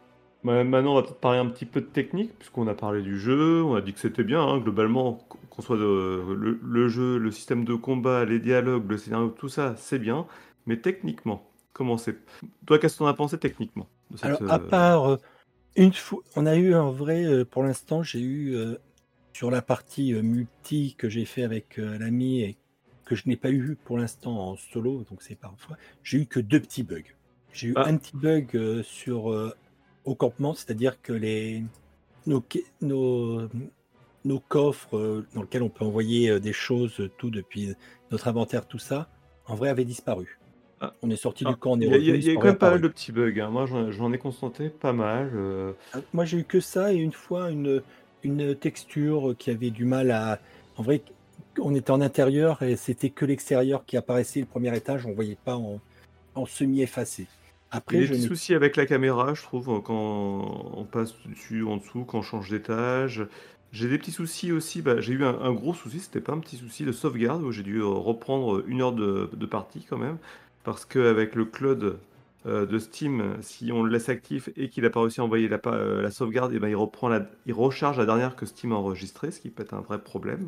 Ouais, maintenant, on va peut-être parler un petit peu de technique, puisqu'on a parlé du jeu, on a dit que c'était bien, hein, globalement, qu'on soit de- le, le jeu, le système de combat, les dialogues, le scénario, tout ça, c'est bien. Mais techniquement, comment c'est... Toi, qu'est-ce que t'en as pensé techniquement de cette... Alors, à euh, part euh, une fois, on a eu en vrai, euh, pour l'instant, j'ai eu euh, sur la partie euh, multi que j'ai fait avec euh, l'ami et que je n'ai pas eu pour l'instant en solo, donc c'est parfois, j'ai eu que deux petits bugs. J'ai eu Ah, un petit bug euh, sur euh, au campement, c'est-à-dire que les nos, ca- nos, nos coffres euh, dans lesquels on peut envoyer euh, des choses, euh, tout depuis notre inventaire, tout ça, en vrai avait disparu. ah, On est sorti du ah. camp, on est Il y a, il y a- revenu, il ils y a sont quand même pas mal réapparus. de petits bugs, hein. Moi, j'en j'en ai constaté pas mal. euh, Ah, moi, j'ai eu que ça et une fois une, une texture qui avait du mal à. En vrai, on était en intérieur et c'était que l'extérieur qui apparaissait. Le premier étage, on voyait pas en, en semi-effacé. Il y a Après, des je petits n'ai. soucis avec la caméra, je trouve, quand on passe dessus, en dessous, quand on change d'étage. J'ai des petits soucis aussi. Bah, j'ai eu un, un gros souci, c'était pas un petit souci de sauvegarde, où j'ai dû euh, reprendre une heure de, de partie quand même. Parce qu'avec le cloud euh, de Steam, si on le laisse actif et qu'il n'a pas réussi à envoyer la, pa- euh, la sauvegarde, et ben il reprend la, il recharge la dernière que Steam a enregistrée, ce qui peut être un vrai problème.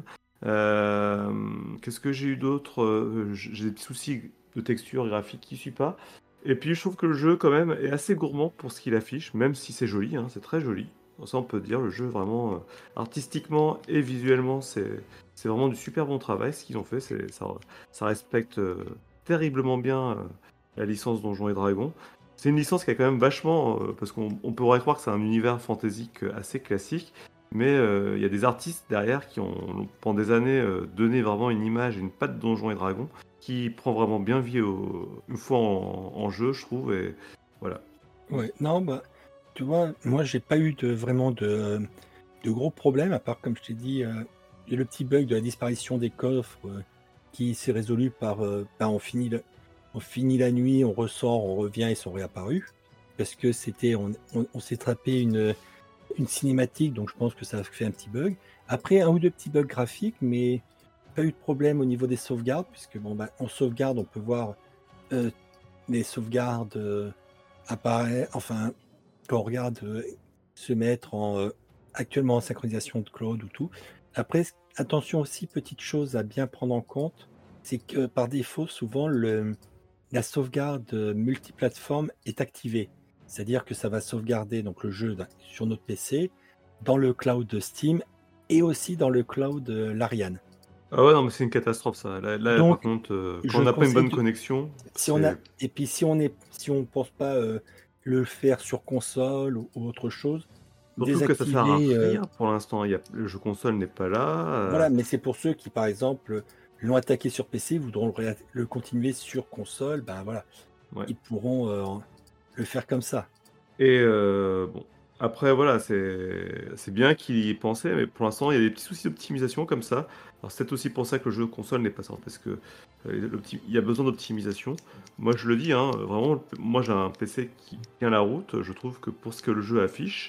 Euh, Qu'est-ce que j'ai eu d'autre? Euh, J'ai des petits soucis de texture graphique qui ne suit pas. Et puis je trouve que le jeu quand même est assez gourmand pour ce qu'il affiche, même si c'est joli, hein, c'est très joli. Ça on peut dire, le jeu vraiment euh, artistiquement et visuellement c'est c'est vraiment du super bon travail ce qu'ils ont fait, c'est ça, ça respecte euh, terriblement bien euh, la licence Donjons et Dragons. C'est une licence qui a quand même vachement, euh, parce qu'on on pourrait croire que c'est un univers fantaisique euh, assez classique, mais euh, il y a des artistes derrière qui ont pendant des années euh, donné vraiment une image et une patte Donjons et Dragons qui prend vraiment bien vie au- une fois en, en jeu, je trouve. Et voilà. Ouais, non, bah, tu vois, moi, j'ai pas eu de, vraiment de, de gros problèmes, à part, comme je t'ai dit, euh, il y a le petit bug de la disparition des coffres euh, qui s'est résolu par. Euh, bah, on, finit le- on finit la nuit, on ressort, on revient, ils sont réapparus. Parce que c'était. On, on, on s'est tapé une, une cinématique, donc je pense que ça a fait un petit bug. Après, un ou deux petits bugs graphiques, mais pas eu de problème au niveau des sauvegardes, puisque bon, bah, en sauvegarde, on peut voir euh, les sauvegardes euh, apparaître, enfin, quand on regarde euh, se mettre en euh, actuellement en synchronisation de cloud ou tout. Après, c- attention aussi, petite chose à bien prendre en compte, c'est que par défaut, souvent, le, la sauvegarde euh, multiplateforme est activée. C'est-à-dire que ça va sauvegarder donc, le jeu d'un- sur notre P C, dans le cloud de Steam et aussi dans le cloud euh, Larian. Ah ouais, non, mais c'est une catastrophe ça. Là, là, par Donc, contre, euh, quand je on n'a pas une conseille bonne de, connexion, si on a, c'est. et puis si on est, si on pense pas euh, le faire sur console ou, ou autre chose, Surtout que ça sert à désactiver. euh, rien pour l'instant. Il y a... Le jeu console n'est pas là. euh, voilà, mais c'est pour ceux qui, par exemple, l'ont attaqué sur P C, voudront le, ré- le continuer sur console. Ben voilà, ouais. ils pourront euh, le faire comme ça. Et euh, bon, après, voilà, c'est c'est bien qu'il y ait pensé, mais pour l'instant, il y a des petits soucis d'optimisation comme ça. Alors, c'est peut-être aussi pour ça que le jeu console n'est pas sorti, parce que euh, l'opti- il y a besoin d'optimisation. Moi, je le dis, hein, vraiment, moi, j'ai un P C qui tient la route. Je trouve que pour ce que le jeu affiche,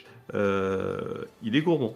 euh, il est gourmand.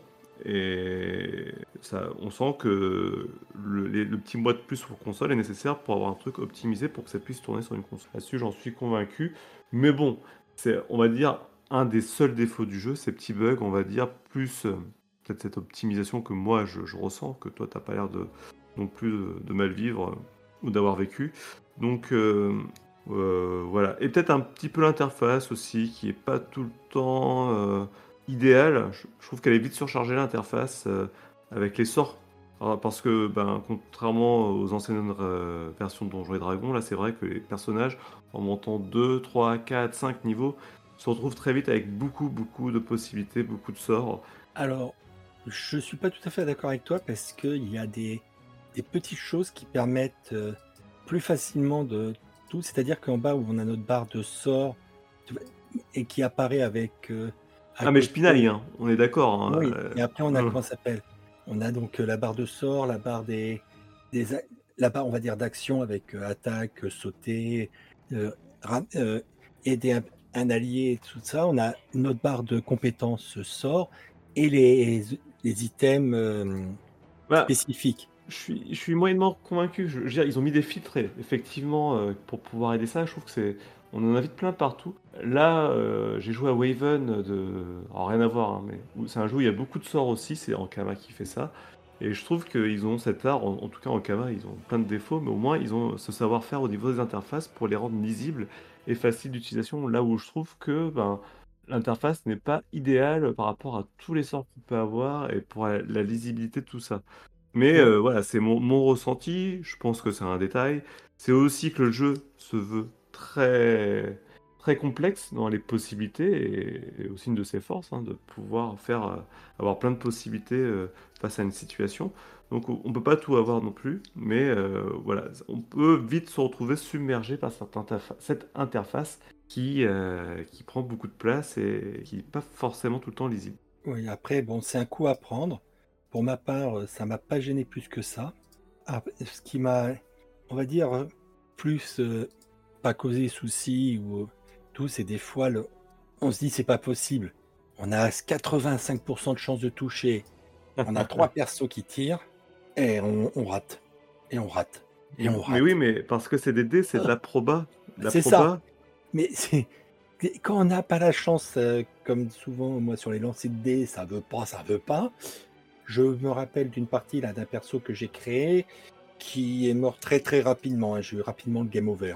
Et ça, on sent que le, les- le petit mois de plus sur console est nécessaire pour avoir un truc optimisé pour que ça puisse tourner sur une console. Là-dessus, j'en suis convaincu. Mais bon, c'est, on va dire, un des seuls défauts du jeu, ces petits bugs, on va dire, plus euh, peut-être cette optimisation que moi je, je ressens, que toi t'as pas l'air de non plus de, de mal vivre euh, ou d'avoir vécu. Donc euh, euh, voilà. Et peut-être un petit peu l'interface aussi, qui est pas tout le temps euh, idéale. Je, je trouve qu'elle est vite surchargée l'interface euh, avec les sorts. Alors, parce que, ben, contrairement aux anciennes euh, versions de Donjons et Dragons, là c'est vrai que les personnages, en montant deux, trois, quatre, cinq niveaux, se retrouvent très vite avec beaucoup, beaucoup de possibilités, beaucoup de sorts. Alors, je suis pas tout à fait d'accord avec toi parce qu'il y a des, des petites choses qui permettent euh, plus facilement de tout. C'est-à-dire qu'en bas où on a notre barre de sort tu vois, et qui apparaît avec. euh, à Ah mais je côté- pinaille, hein, on est d'accord. Hein, Oui, euh, et après on a hum. comment ça s'appelle? On a donc euh, la barre de sort, la barre des, des a- la barre on va dire d'action avec euh, attaque, euh, sauter, euh, ram- euh, aider un, un allié, tout ça. On a notre barre de compétences euh, sort et les, les items euh, Bah, spécifiques. je suis, je suis moyennement convaincu. Je, je veux dire, ils ont mis des filtres, et- effectivement, euh, pour pouvoir aider ça. Je trouve que c'est, On en invite plein partout. Là, euh, j'ai joué à Waven de. Alors, rien à voir, hein, mais où- c'est un jeu où il y a beaucoup de sorts aussi. C'est Ankama qui fait ça. Et je trouve qu'ils ont cet art, en, en tout cas Ankama, ils ont plein de défauts, mais au moins ils ont ce savoir-faire au niveau des interfaces pour les rendre lisibles et faciles d'utilisation. Là où je trouve que ben, l'interface n'est pas idéale par rapport à tous les sorts qu'on peut avoir et pour la, la lisibilité de tout ça. Mais Ouais. euh, voilà, c'est mon, mon ressenti. Je pense que c'est un détail. C'est aussi que le jeu se veut très, très complexe dans les possibilités et, et aussi une de ses forces, hein, de pouvoir faire, euh, avoir plein de possibilités euh, face à une situation. Donc on ne peut pas tout avoir non plus, mais euh, voilà, on peut vite se retrouver submergé par cette, interfa- cette interface qui, euh, qui prend beaucoup de place et qui n'est pas forcément tout le temps lisible. Oui, après, bon, c'est un coup à prendre. Pour ma part, euh, ça m'a pas gêné plus que ça. Ah, ce qui m'a, on va dire, euh, plus euh, pas causé souci ou euh, tout, c'est des fois, le... on se dit c'est pas possible. On a quatre-vingt-cinq pour cent de chance de toucher. On a trois persos qui tirent et on, on rate. Et on rate. Et on Mais rate. oui, mais parce que c'est des dés, c'est de la proba. La C'est ça. proba, Mais c'est quand on n'a pas la chance, euh, comme souvent moi sur les lancers de dés, ça veut pas, ça veut pas. Je me rappelle d'une partie là d'un perso que j'ai créé qui est mort très très rapidement. Hein. J'ai eu rapidement le game over.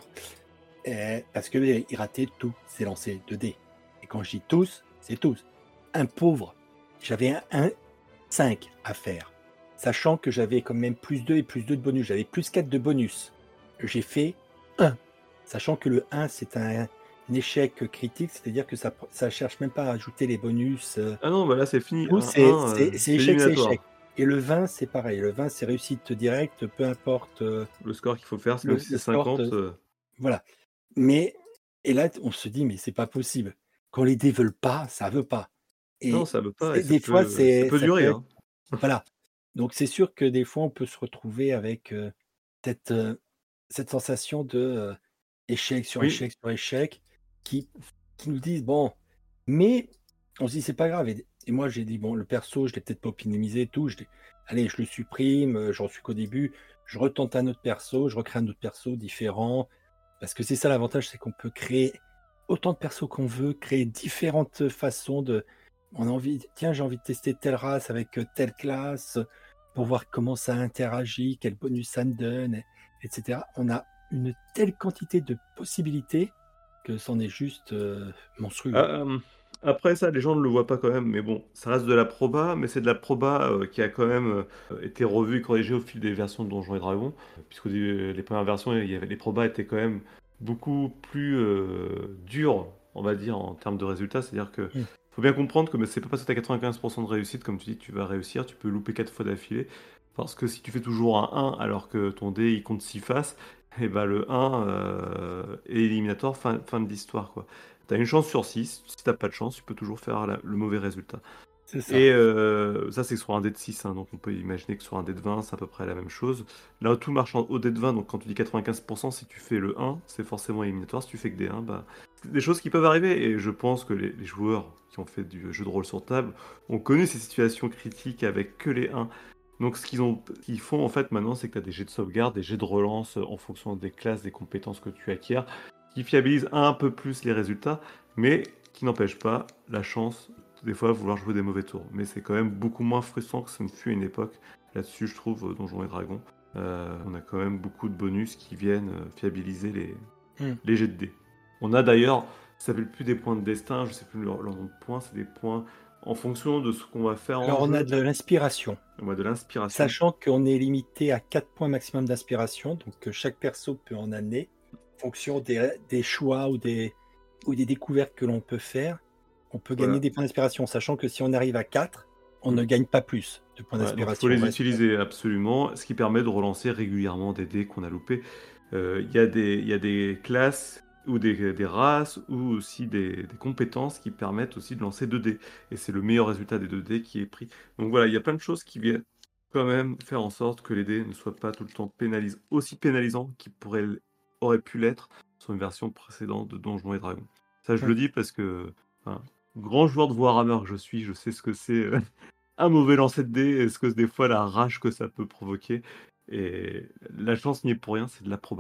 Et- parce que euh, il ratait tous ses lancers de dés. Et quand je dis tous, c'est tous. Un pauvre, j'avais un, un cinq à faire. Sachant que j'avais quand même plus deux et plus deux de bonus. J'avais plus quatre de bonus. J'ai fait un. Sachant que le un, c'est un, un échec critique, c'est-à-dire que ça ne cherche même pas à ajouter les bonus. euh, ah non, bah là c'est fini. tout, Un c'est un, euh, c'est- c'est c'est échec, c'est éliminatoire. échec. Et le vingt, c'est pareil. Le vingt, c'est réussite directe, peu importe euh, Le score qu'il faut faire, c'est le, même si le c'est score. cinquante. te- euh, Voilà. Mais, et là, on se dit, mais c'est pas possible. Quand les dés veulent pas, ça veut pas. Non, Et ça veut pas et c'est- ça des fois, peut, ça c'est, peut ça peut durer. être. Hein. Voilà. Donc, c'est sûr que des fois, on peut se retrouver avec euh, cette, euh, cette sensation de euh, échec sur Oui, échec sur échec qui, qui nous disent, bon, mais on se dit, c'est pas grave. Et, et moi, j'ai dit, bon, le perso, je l'ai peut-être pas optimisé et tout. Je l'ai- allez, je le supprime, euh, j'en suis qu'au début. Je retente un autre perso, je recrée un autre perso différent. Parce que c'est ça l'avantage, c'est qu'on peut créer autant de persos qu'on veut, créer différentes façons de. On a envie, tiens, j'ai envie de tester telle race avec euh, telle classe pour voir comment ça interagit, quel bonus ça me donne, et cetera. On a une telle quantité de possibilités que c'en est juste euh, monstrueux. Ah, euh, après ça, les gens ne le voient pas quand même, mais bon, ça reste de la proba, mais c'est de la proba euh, qui a quand même euh, été revue et corrigée au fil des versions de Donjons et Dragons, puisque les premières versions, il y avait, les probas étaient quand même beaucoup plus euh, dures, on va dire, en termes de résultats. C'est-à-dire que Mm. faut bien comprendre que mais c'est pas parce que tu as quatre-vingt-quinze pour cent de réussite, comme tu dis, que tu vas réussir, tu peux louper quatre fois d'affilée, parce que si tu fais toujours un un alors que ton dé il compte six faces, et ben le un euh, est éliminatoire, fin, fin de l'histoire, quoi. T'as une chance sur six, si t'as pas de chance, tu peux toujours faire la- le mauvais résultat. C'est ça. Et euh, ça, c'est sur un dé de six, hein, donc on peut imaginer que sur un dé de vingt, c'est à peu près la même chose. Là, tout marche en- au dé de vingt, donc quand tu dis quatre-vingt-quinze pour cent, si tu fais le un, c'est forcément éliminatoire. Si tu fais que des un, bah, c'est des choses qui peuvent arriver. Et je pense que les, les joueurs qui ont fait du jeu de rôle sur table ont connu ces situations critiques avec que les un. Donc ce qu'ils ont, ce qu'ils font en fait maintenant, c'est que tu as des jets de sauvegarde, des jets de relance euh, en fonction des classes, des compétences que tu acquiers, qui fiabilisent un peu plus les résultats, mais qui n'empêche pas la chance, des fois, de vouloir jouer des mauvais tours. Mais c'est quand même beaucoup moins frustrant que ça ne fut à une époque. Là-dessus, je trouve, euh, Donjons et Dragons, euh, on a quand même beaucoup de bonus qui viennent euh, fiabiliser les, Mm. les jets de dés. On a d'ailleurs, ça s'appelle plus des points de destin, je sais plus leur, leur nom de points, c'est des points en fonction de ce qu'on va faire Alors, en on jeu. a de l'inspiration. On a de l'inspiration. Sachant qu'on est limité à quatre points maximum d'inspiration, donc euh, chaque perso peut en amener, en fonction des, des choix ou des, ou des découvertes que l'on peut faire, on peut Voilà. gagner des points d'inspiration, sachant que si on arrive à quatre, on Mm. ne gagne pas plus de points Ouais, donc il d'inspiration. faut les On reste- utiliser absolument, ce qui permet de relancer régulièrement des dés qu'on a loupés. Euh, Il y a des, il y a des classes ou des, des races ou aussi des, des compétences qui permettent aussi de lancer deux dés. Et c'est le meilleur résultat des deux dés qui est pris. Donc voilà, il y a plein de choses qui viennent quand même faire en sorte que les dés ne soient pas tout le temps pénalis- aussi pénalisants qu'ils pourraient, auraient pu l'être sur une version précédente de Donjons et Dragons. Ça, je Ouais. le dis parce que, enfin, grand joueur de Warhammer que je suis, je sais ce que c'est euh, un mauvais lancer de dés, et ce que des fois la rage que ça peut provoquer. Et la chance n'y est pour rien, c'est de la proba.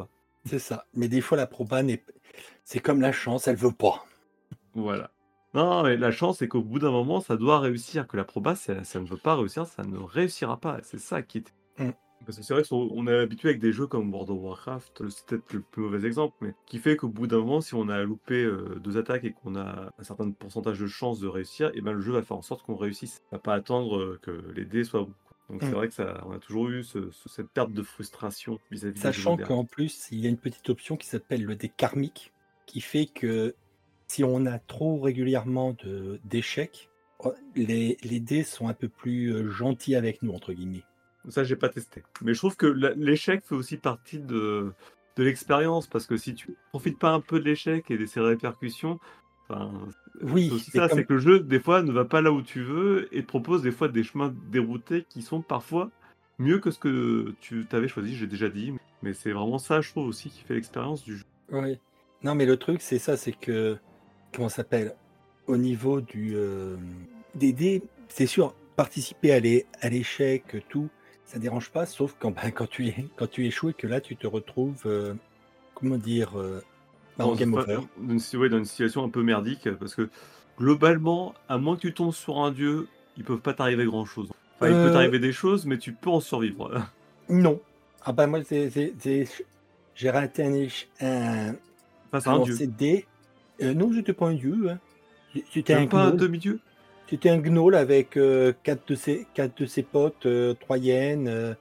C'est ça. Mais des fois, la proba, n'est... c'est comme la chance, elle veut pas. Voilà. Non, mais la chance, c'est qu'au bout d'un moment, ça doit réussir. Que la proba, si elle- ça ne veut pas réussir, ça ne réussira pas. C'est ça qui est. Mm. Parce que c'est vrai qu'on est habitué avec des jeux comme World of Warcraft, c'est peut-être le plus mauvais exemple, mais qui fait qu'au bout d'un moment, si on a loupé euh, deux attaques et qu'on a un certain pourcentage de chances de réussir, et ben le jeu va faire en sorte qu'on réussisse. On va pas attendre euh, que les dés soient bons, quoi. Donc c'est Mm. vrai que ça, on a toujours eu ce- ce- cette perte de frustration vis-à-vis des jeux Sachant modernes. qu'en plus, il y a une petite option qui s'appelle le dé karmique, qui fait que si on a trop régulièrement de, d'échecs, oh, les, les dés sont un peu plus euh, gentils avec nous, entre guillemets. Ça, j'ai pas testé. Mais je trouve que la- l'échec fait aussi partie de, de l'expérience, parce que si tu profites pas un peu de l'échec et de ses répercussions, enfin, Oui, c'est aussi c'est ça, comme- c'est que le jeu, des fois, ne va pas là où tu veux et te propose des fois des chemins déroutés qui sont parfois mieux que ce que tu t'avais choisi, j'ai déjà dit. Mais c'est vraiment ça, je trouve, aussi, qui fait l'expérience du jeu. Ouais. Non, mais le truc, c'est ça, c'est que, comment ça s'appelle, au niveau du, euh, des dés, c'est sûr, participer à l'é- à l'échec, tout, ça dérange pas, sauf quand, ben, quand, tu, es, quand tu échoues et que là, tu te retrouves, euh, comment dire, euh, ben, en Dans, game enfin, over. dans une, si- ouais, dans une situation un peu merdique, parce que globalement, à moins que tu tombes sur un dieu, ils peuvent pas t'arriver grand-chose. Enfin, il peut Euh, t'arriver des choses, mais tu peux en survivre. non. Ah ben moi, c'est, c'est, c'est- j'ai raté un, éche- un, Face à un un dieu. lancer de dés. Euh, non, c'était pas un dieu. Hein. C'était un Même pas un gnoll. demi-dieu. C'était un gnoll avec euh, quatre, de ses, quatre de ses potes, euh, trois hyènes. euh.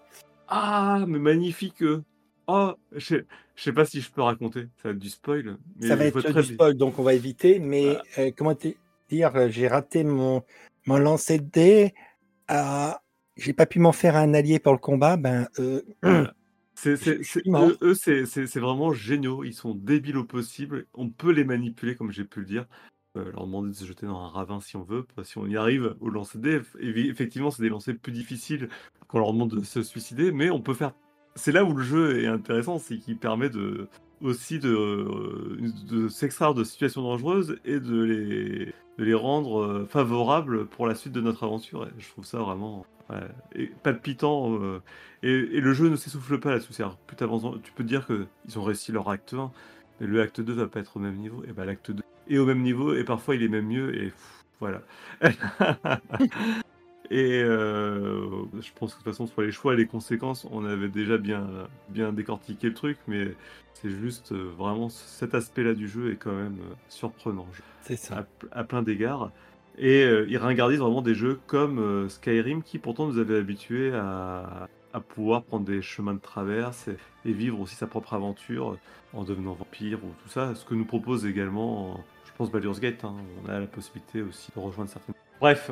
Ah, mais magnifique. euh. Oh, je sais, je sais pas si je peux raconter. Ça va être du spoil, mais Ça va je vois être très du bien. spoil, donc on va éviter. Mais Ah. euh, comment te dire, euh, j'ai raté mon, mon lancer de dés. Ah, j'ai pas pu m'en faire un allié pour le combat. Ben, euh, Voilà. C'est, je, c'est, je c'est- suis mort. eux, eux, c'est, c'est- c'est vraiment géniaux. Ils sont débiles au possible. On peut les manipuler, comme j'ai pu le dire. Euh, leur demander de se jeter dans un ravin si on veut. Si on y arrive au lancer de dés, évi- effectivement, c'est des lancers plus difficiles qu'on leur demande de se suicider, mais on peut faire. C'est là où le jeu est intéressant, c'est qu'il permet de aussi de, euh, de s'extraire de situations dangereuses et de les, de les rendre euh, favorables pour la suite de notre aventure. Et je trouve ça vraiment ouais, et palpitant. euh, et, et le jeu ne s'essouffle pas là-dessus. C'est-à-dire, plus t'avances dans- tu peux te dire qu'ils ont réussi leur acte un, mais le acte deux va pas être au même niveau. Et ben l'acte deux est au même niveau, et parfois il est même mieux, et pff, voilà. Et euh, je pense que de toute façon, sur les choix et les conséquences, on avait déjà bien, bien décortiqué le truc, mais c'est juste euh, vraiment cet aspect-là du jeu est quand même euh, surprenant je- C'est ça. à, à plein d'égards. Et euh, il ringardise vraiment des jeux comme euh, Skyrim qui pourtant nous avait habitués à, à pouvoir prendre des chemins de traverse et, et vivre aussi sa propre aventure en devenant vampire ou tout ça. Ce que nous propose également, je pense, Baldur's Gate. Hein. On a la possibilité aussi de rejoindre certaines. Bref,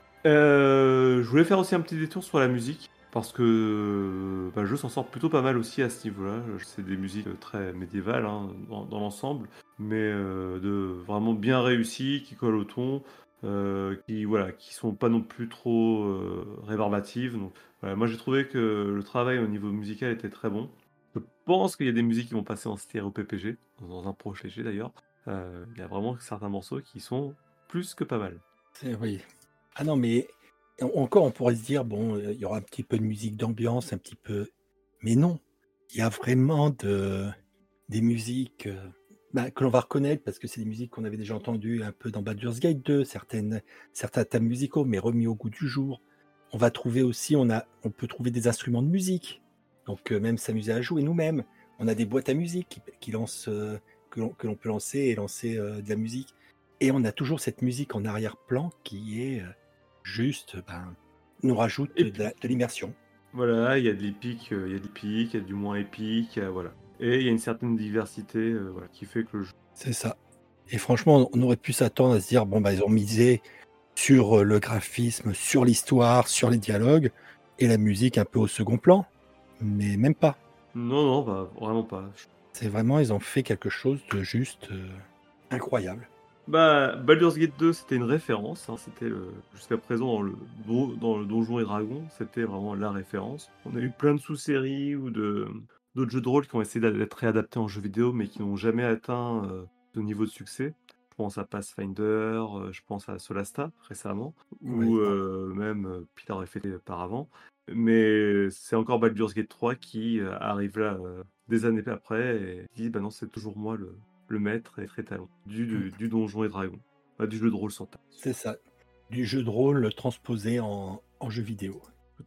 euh, je voulais faire aussi un petit détour sur la musique. Parce que bah, le jeu s'en sort plutôt pas mal aussi à ce niveau-là. C'est des musiques très médiévales hein, dans, dans l'ensemble, mais euh, de vraiment bien réussies, qui collent au ton, euh, qui voilà, qui sont pas non plus trop euh, rébarbatives. Donc, voilà, moi j'ai trouvé que le travail au niveau musical était très bon. Je pense qu'il y a des musiques qui vont passer en stéréo P P G, dans un proche léger d'ailleurs. Euh, Il y a vraiment certains morceaux qui sont plus que pas mal. C'est- oui. Ah non, mais en- encore, on pourrait se dire, bon, euh, il y aura un petit peu de musique d'ambiance, un petit peu. Mais non, il y a vraiment de, des musiques euh, bah, que l'on va reconnaître parce que c'est des musiques qu'on avait déjà entendues un peu dans Baldur's Gate deux, certaines, certains thèmes musicaux, mais remis au goût du jour. On va trouver aussi, on, a, on peut trouver des instruments de musique, donc euh, même s'amuser à jouer nous-mêmes. On a des boîtes à musique qui, qui lancent, euh, que l'on que l'on peut lancer et lancer euh, de la musique. Et on a toujours cette musique en arrière-plan qui est euh, juste, ben, nous rajoute Et de, la- de l'immersion. Voilà, il y a de l'épique, euh, il y a de l'épique, il y a du moins épique, euh, voilà. Et il y a une certaine diversité euh, voilà, qui fait que le jeu. C'est ça. Et franchement, on aurait pu s'attendre à se dire, bon, bah, ils ont misé sur euh, le graphisme, sur l'histoire, sur les dialogues, et la musique un peu au second plan. Mais même pas. Non, non, bah, vraiment pas. C'est vraiment, ils ont fait quelque chose de juste euh, incroyable. Bah, Baldur's Gate deux, c'était une référence. Hein, c'était le- jusqu'à présent dans le, don- dans le Donjon et Dragon, c'était vraiment la référence. On a eu plein de sous-séries ou de d'autres jeux de rôle qui ont essayé d'être réadaptés en jeux vidéo, mais qui n'ont jamais atteint euh, ce niveau de succès. Je pense à Pathfinder, euh, je pense à Solasta récemment, ou Ouais, euh, même euh, Peter F F auparavant. Mais c'est encore Baldur's Gate trois qui euh, arrive là euh, des années après et dit bah non, c'est toujours moi le, le maître et très talent du, du, du Donjon et Dragon, bah, du jeu de rôle sans table. C'est ça, du jeu de rôle transposé en, en jeu vidéo.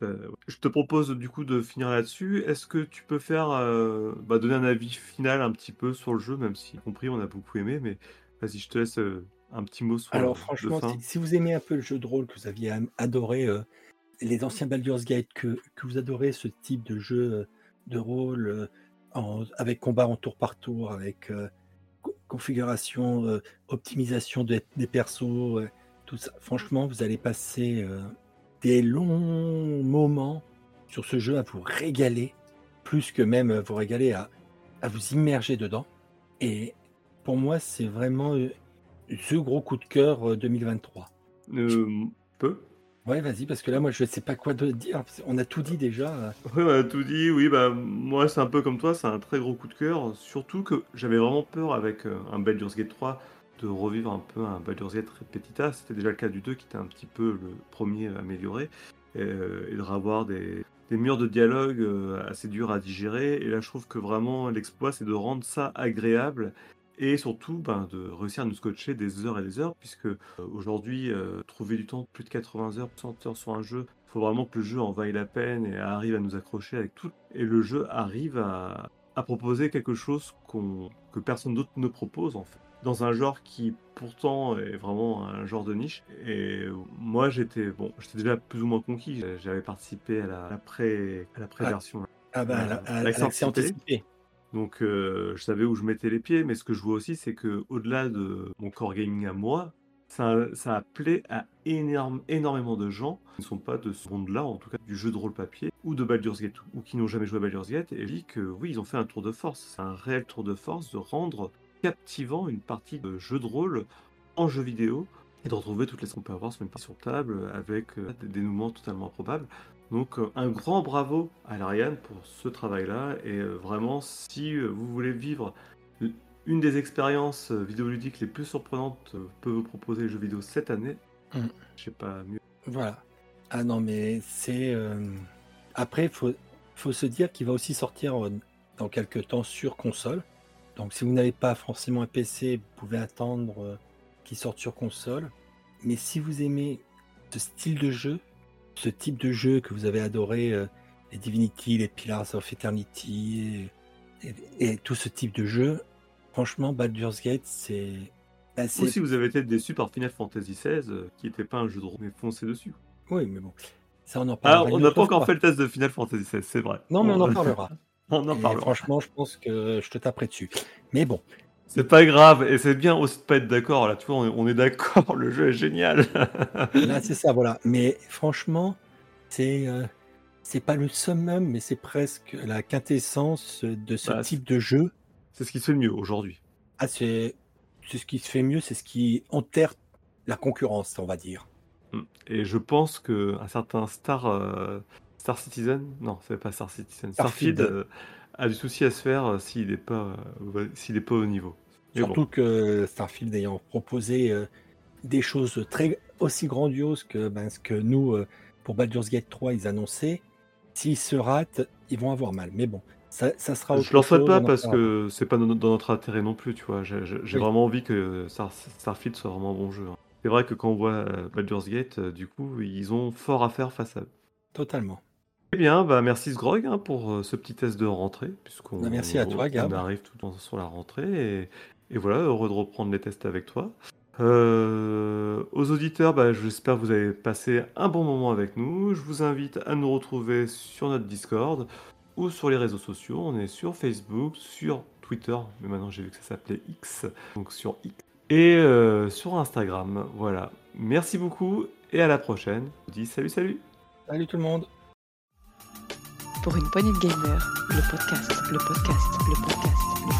Je te propose du coup de finir là-dessus. Est-ce que tu peux faire euh, bah, donner un avis final un petit peu sur le jeu, même si compris on a beaucoup aimé, mais vas-y, je te laisse euh, un petit mot sur Alors euh, franchement, de fin. si, si vous aimez un peu le jeu de rôle, que vous aviez am- adoré euh, les anciens Baldur's Gate, que, que vous adorez ce type de jeu euh, de rôle euh, en- avec combat en tour par tour, avec euh, co- configuration, euh, optimisation de- des persos, euh, tout ça, franchement, vous allez passer euh, des longs moments sur ce jeu à vous régaler, plus que même euh, vous régaler à, à vous immerger dedans. Et pour moi, c'est vraiment euh, ce gros coup de cœur euh, deux mille vingt-trois. Euh, peu Ouais, vas-y, parce que là, moi, je sais pas quoi de dire. On a tout dit déjà. euh. Oui, on a tout dit. Oui, bah moi c'est un peu comme toi, c'est un très gros coup de cœur. Surtout que j'avais vraiment peur avec euh, un Baldur's Gate trois de revivre un peu un Baldur's Gate Repetita. C'était déjà le cas du deux qui était un petit peu le premier amélioré. Et, euh, et de revoir des, des murs de dialogue euh, assez durs à digérer. Et là, je trouve que vraiment l'exploit, c'est de rendre ça agréable. Et surtout, ben, de réussir à nous scotcher des heures et des heures, puisque euh, aujourd'hui, euh, trouver du temps, plus de quatre-vingts heures, cent heures sur un jeu, il faut vraiment que le jeu en vaille la peine et arrive à nous accrocher avec tout. Et le jeu arrive à, à proposer quelque chose qu'on, que personne d'autre ne propose, en fait. Dans un genre qui, pourtant, est vraiment un genre de niche. Et moi, j'étais, bon, j'étais déjà plus ou moins conquis. J'avais participé à la, à la pré, à la pré-version. Ah bah, à la- à- à l'accès anticipé. Donc, euh, je savais où je mettais les pieds, mais ce que je vois aussi, c'est que au-delà de mon core gaming à moi, ça, ça a plu à énorme, énormément de gens qui ne sont pas de ce monde-là, en tout cas du jeu de rôle papier, ou de Baldur's Gate, ou qui n'ont jamais joué à Baldur's Gate, et je dis que oui, ils ont fait un tour de force. C'est un réel tour de force de rendre captivant une partie de jeu de rôle en jeu vidéo, et de retrouver toutes les qu'on peut avoir sur une partie sur table, avec euh, des dénouements totalement improbables. Donc euh, un grand bravo à l'Ariane pour ce travail-là, et euh, vraiment si euh, vous voulez vivre l- une des expériences euh, vidéoludiques les plus surprenantes euh, peut vous proposer les jeux vidéo cette année, Mm. je sais pas mieux. Voilà. Ah non, mais c'est... euh, Après, il faut, faut se dire qu'il va aussi sortir euh, dans quelques temps sur console. Donc si vous n'avez pas forcément un P C, vous pouvez attendre euh, qu'il sorte sur console. Mais si vous aimez ce style de jeu, ce type de jeu que vous avez adoré, euh, les Divinity, les Pillars of Eternity, et, et- et tout ce type de jeu, franchement, Baldur's Gate, c'est... bah, c'est- Ou si vous avez été déçu par Final Fantasy seize, euh, qui n'était pas un jeu de rôle, mais foncez dessus. Oui, mais bon, ça on en Ah, parlera on une n'a autre pas encore fois. fait le test de Final Fantasy seize, c'est vrai. Non, mais on en On- parlera. On en Et parlera. franchement, je pense que je te taperai dessus. Mais bon, C'est pas grave, et c'est bien aussi de pas être d'accord. Là, tu vois, on est, on est d'accord, le jeu est génial. là, c'est ça, voilà. Mais franchement, c'est euh, c'est pas le summum, mais c'est presque la quintessence de ce Bah, type de jeu. C'est ce qui se fait de mieux aujourd'hui. Ah, c'est c'est ce qui se fait mieux, c'est ce qui enterre la concurrence, on va dire. Mm. Et je pense que un certain Star, euh, Star Citizen, non, c'est pas Star Citizen, Starfield. Starfield euh, a du souci à se faire euh, s'il n'est pas, euh, s'il est pas au niveau. Mais Surtout bon. que Starfield ayant proposé euh, des choses très aussi grandioses que ben, ce que nous, euh, pour Baldur's Gate trois, ils annonçaient, s'ils se ratent, ils vont avoir mal. Mais bon, ça, ça sera autre Je leur souhaite chose, pas on en parce parlera. que c'est pas dans dans notre intérêt non plus, tu vois. J'ai j'ai- j'ai Oui. vraiment envie que Star- Starfield soit vraiment un bon jeu. hein. C'est vrai que quand on voit euh, Baldur's Gate, euh, du coup, ils ont fort à faire face à eux. Totalement. Eh bien, bah merci Sgrog hein, pour euh, ce petit test de rentrée, puisqu'on Bah, merci à toi, on Gab. arrive tout en- sur la rentrée, et, et voilà, heureux de reprendre les tests avec toi. Euh, aux auditeurs, bah, j'espère que vous avez passé un bon moment avec nous. Je vous invite à nous retrouver sur notre Discord ou sur les réseaux sociaux. On est sur Facebook, sur Twitter, mais maintenant j'ai vu que ça s'appelait X, donc sur X, et euh, sur Instagram. Voilà. Merci beaucoup et à la prochaine. Je vous dis salut, salut. Salut tout le monde. Pour une poignée de gamers, le podcast, le podcast, le podcast, le podcast.